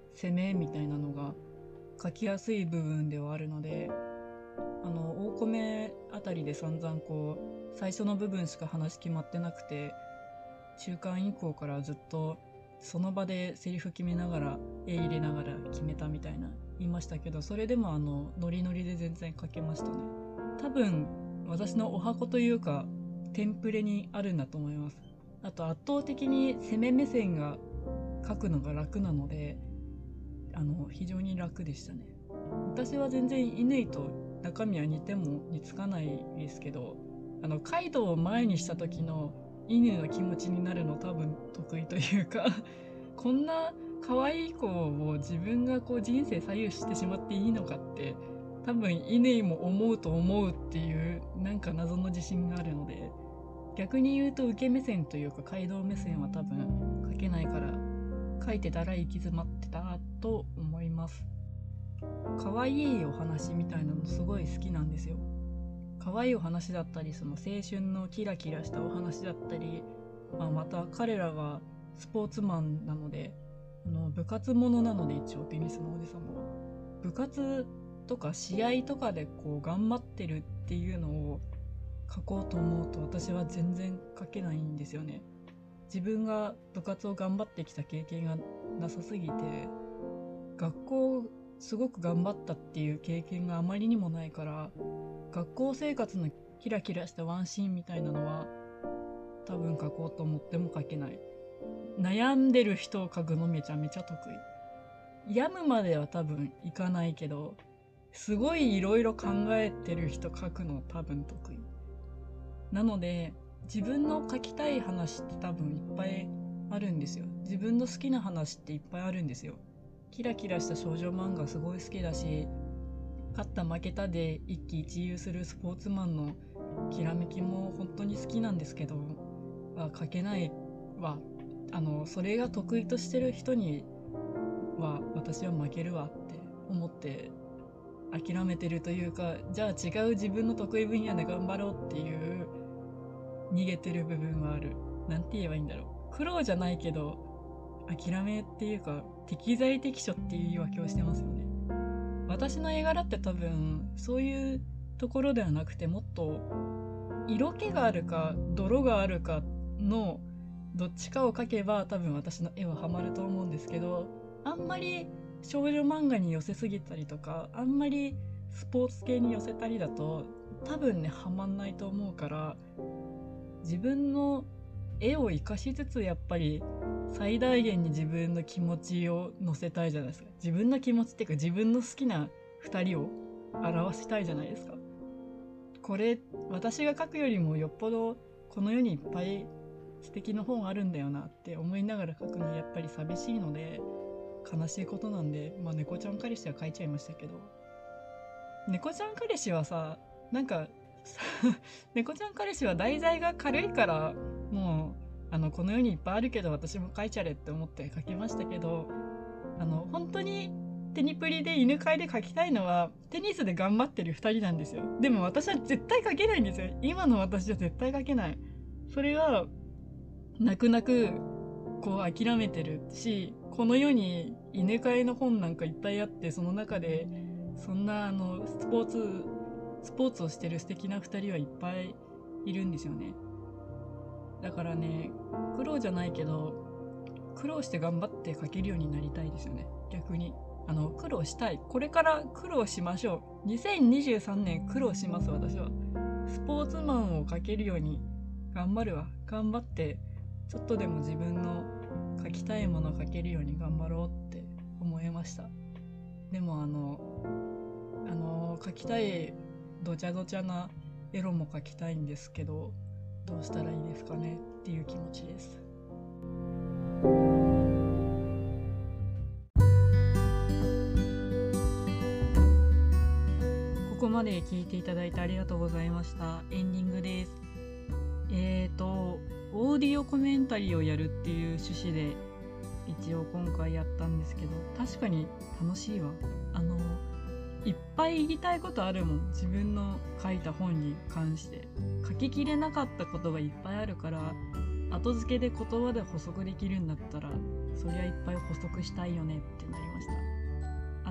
攻めみたいなのが書きやすい部分ではあるので、大米あたりで散々最初の部分しか話決まってなくて、中間以降からずっとその場でセリフ決めながら絵入れながら決めたみたいな言いましたけど、それでもノリノリで全然書けましたね。多分私のお箱というかテンプレにあるんだと思います。あと圧倒的に攻め目線が書くのが楽なので、非常に楽でしたね。私は全然乾と中身は似ても似つかないですけど、カイドウを前にした時の乾の気持ちになるの多分得意というかこんな可愛い子を自分が人生左右してしまっていいのかって多分乾も思うと思うっていうなんか謎の自信があるので、逆に言うと受け目線というかカイドウ目線は多分書けないから、書いてたら行き詰まってたと思います。可愛いお話みたいなのすごい好きなんですよ。可愛いお話だったり、その青春のキラキラしたお話だったり、また彼らがスポーツマンなので、部活ものなので、一応テニスのおじさまは部活とか試合とかで頑張ってるっていうのを書こうと思うと私は全然書けないんですよね。自分が部活を頑張ってきた経験がなさすぎて、学校すごく頑張ったっていう経験があまりにもないから、学校生活のキラキラしたワンシーンみたいなのは多分書こうと思っても書けない。悩んでる人を書くのめちゃめちゃ得意。病むまでは多分いかないけど、すごいいろいろ考えてる人書くの多分得意なので、自分の書きたい話って多分いっぱいあるんですよ。自分の好きな話っていっぱいあるんですよ。キラキラした少女漫画すごい好きだし、勝った負けたで一喜一憂するスポーツマンのきらめきも本当に好きなんですけど、書けないわ。それが得意としてる人には私は負けるわって思って諦めてるというか、じゃあ違う自分の得意分野で頑張ろうっていう逃げてる部分はある。なんて言えばいいんだろう。苦労じゃないけど諦めっていうか適材適所っていう言い訳をしてますよね。私の絵柄って多分そういうところではなくて、もっと色気があるか泥があるかのどっちかを描けば多分私の絵はハマると思うんですけど、あんまり少女漫画に寄せすぎたりとか、あんまりスポーツ系に寄せたりだと多分ねハマんないと思うから、自分の絵を生かしつつやっぱり最大限に自分の気持ちを乗せたいじゃないですか。自分の気持ちっていうか自分の好きな2人を表したいじゃないですか。これ私が描くよりもよっぽどこの世にいっぱい素敵な本あるんだよなって思いながら描くのやっぱり寂しいので、悲しいことなんで、猫ちゃん彼氏は描いちゃいましたけど、猫ちゃん彼氏はさ、なんか猫ちゃん彼氏は題材が軽いからもうこの世にいっぱいあるけど私も描いちゃれって思って描きましたけど、本当にテニプリで犬飼いで描きたいのはテニスで頑張ってる2人なんですよ。でも私は絶対描けないんですよ。今の私は絶対描けない。それは泣く泣く諦めてるし、この世に犬飼いの本なんかいっぱいあって、その中でそんなスポーツをしてる素敵な2人はいっぱいいるんですよね。だからね、苦労じゃないけど苦労して頑張って描けるようになりたいですよね。逆に苦労したい。これから苦労しましょう。2023年苦労します。私はスポーツマンを描けるように頑張るわ。頑張ってちょっとでも自分の描きたいものを描けるように頑張ろうって思いました。でも描きたいどちゃどちゃなエロも描きたいんですけど、どうしたらいいですかねっていう気持ちです。ここまで聞いていただいてありがとうございました。エンディングです。オーディオコメンタリーをやるっていう趣旨で一応今回やったんですけど、確かに楽しいわ。いっぱい言いたいことあるもん。自分の書いた本に関して書ききれなかったことがいっぱいあるから、後付けで言葉で補足できるんだったらそりゃいっぱい補足したいよねってなりました。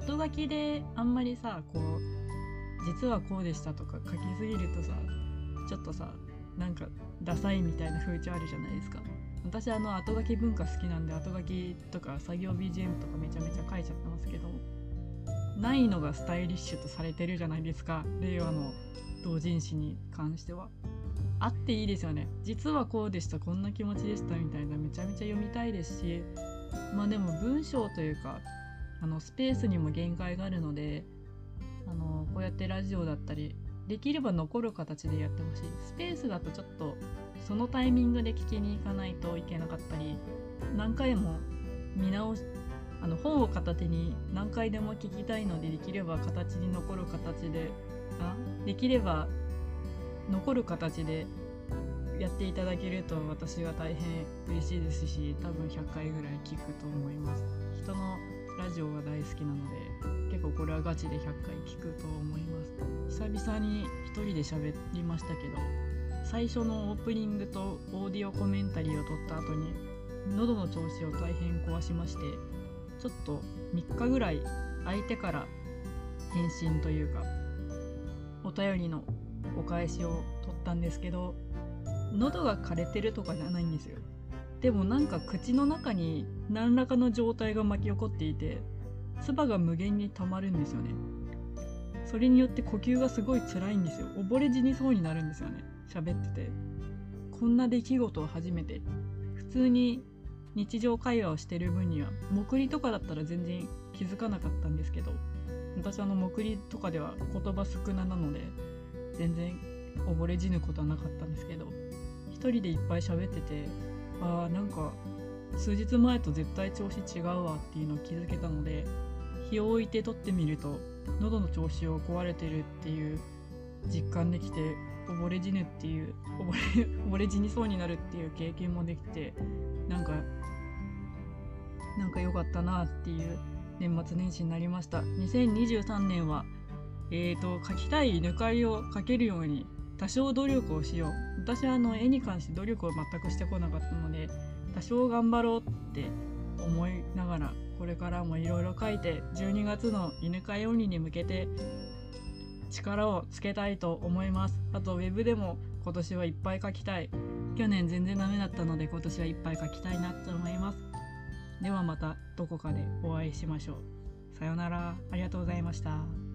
後書きであんまりさこう実はこうでしたとか書きすぎるとさちょっとさなんかダサいみたいな風潮あるじゃないですか。私後書き文化好きなんで後書きとか作業 BGM とかめちゃめちゃ書いちゃってますけど、ないのがスタイリッシュとされてるじゃないですか、令和の同人誌に関しては。あっていいですよね。実はこうでした、こんな気持ちでしたみたいなめちゃめちゃ読みたいですし、まあでも文章というかスペースにも限界があるのでこうやってラジオだったりできれば残る形でやってほしい。スペースだとちょっとそのタイミングで聞きに行かないといけなかったり、何回も見直し本を片手に何回でも聞きたいので、できれば形に残る形でできれば残る形でやっていただけると私は大変嬉しいですし、多分100回ぐらい聞くと思います。人のラジオが大好きなので結構これはガチで100回聞くと思います。久々に一人で喋りましたけど、最初のオープニングとオーディオコメンタリーを撮った後に喉の調子を大変壊しまして、ちょっと3日ぐらい相手から返信というかお便りのお返しを取ったんですけど、喉が枯れてるとかじゃないんですよ。でもなんか口の中に何らかの状態が巻き起こっていて、唾が無限に溜まるんですよね。それによって呼吸がすごい辛いんですよ。溺れ死にそうになるんですよね、喋ってて。こんな出来事を初めて。普通に日常会話をしてる分には、目りとかだったら全然気づかなかったんですけど、私目りとかでは言葉少ななので全然溺れ死ぬことはなかったんですけど、一人でいっぱい喋ってて、なんか数日前と絶対調子違うわっていうのを気づけたので、日を置いて撮ってみると喉の調子を壊れてるっていう実感できて、溺れ死ぬっていう溺れ死にそうになるっていう経験もできて、なんか良かったなっていう年末年始になりました。2023年は描きたいぬかりを描けるように多少努力をしよう。私は絵に関して努力を全くしてこなかったので、多少頑張ろうって思いながらこれからもいろいろ描いて、12月の犬飼鬼に向けて力をつけたいと思います。あとウェブでも今年はいっぱい描きたい。去年全然ダメだったので今年はいっぱい描きたいなと思います。ではまたどこかでお会いしましょう。さようなら。ありがとうございました。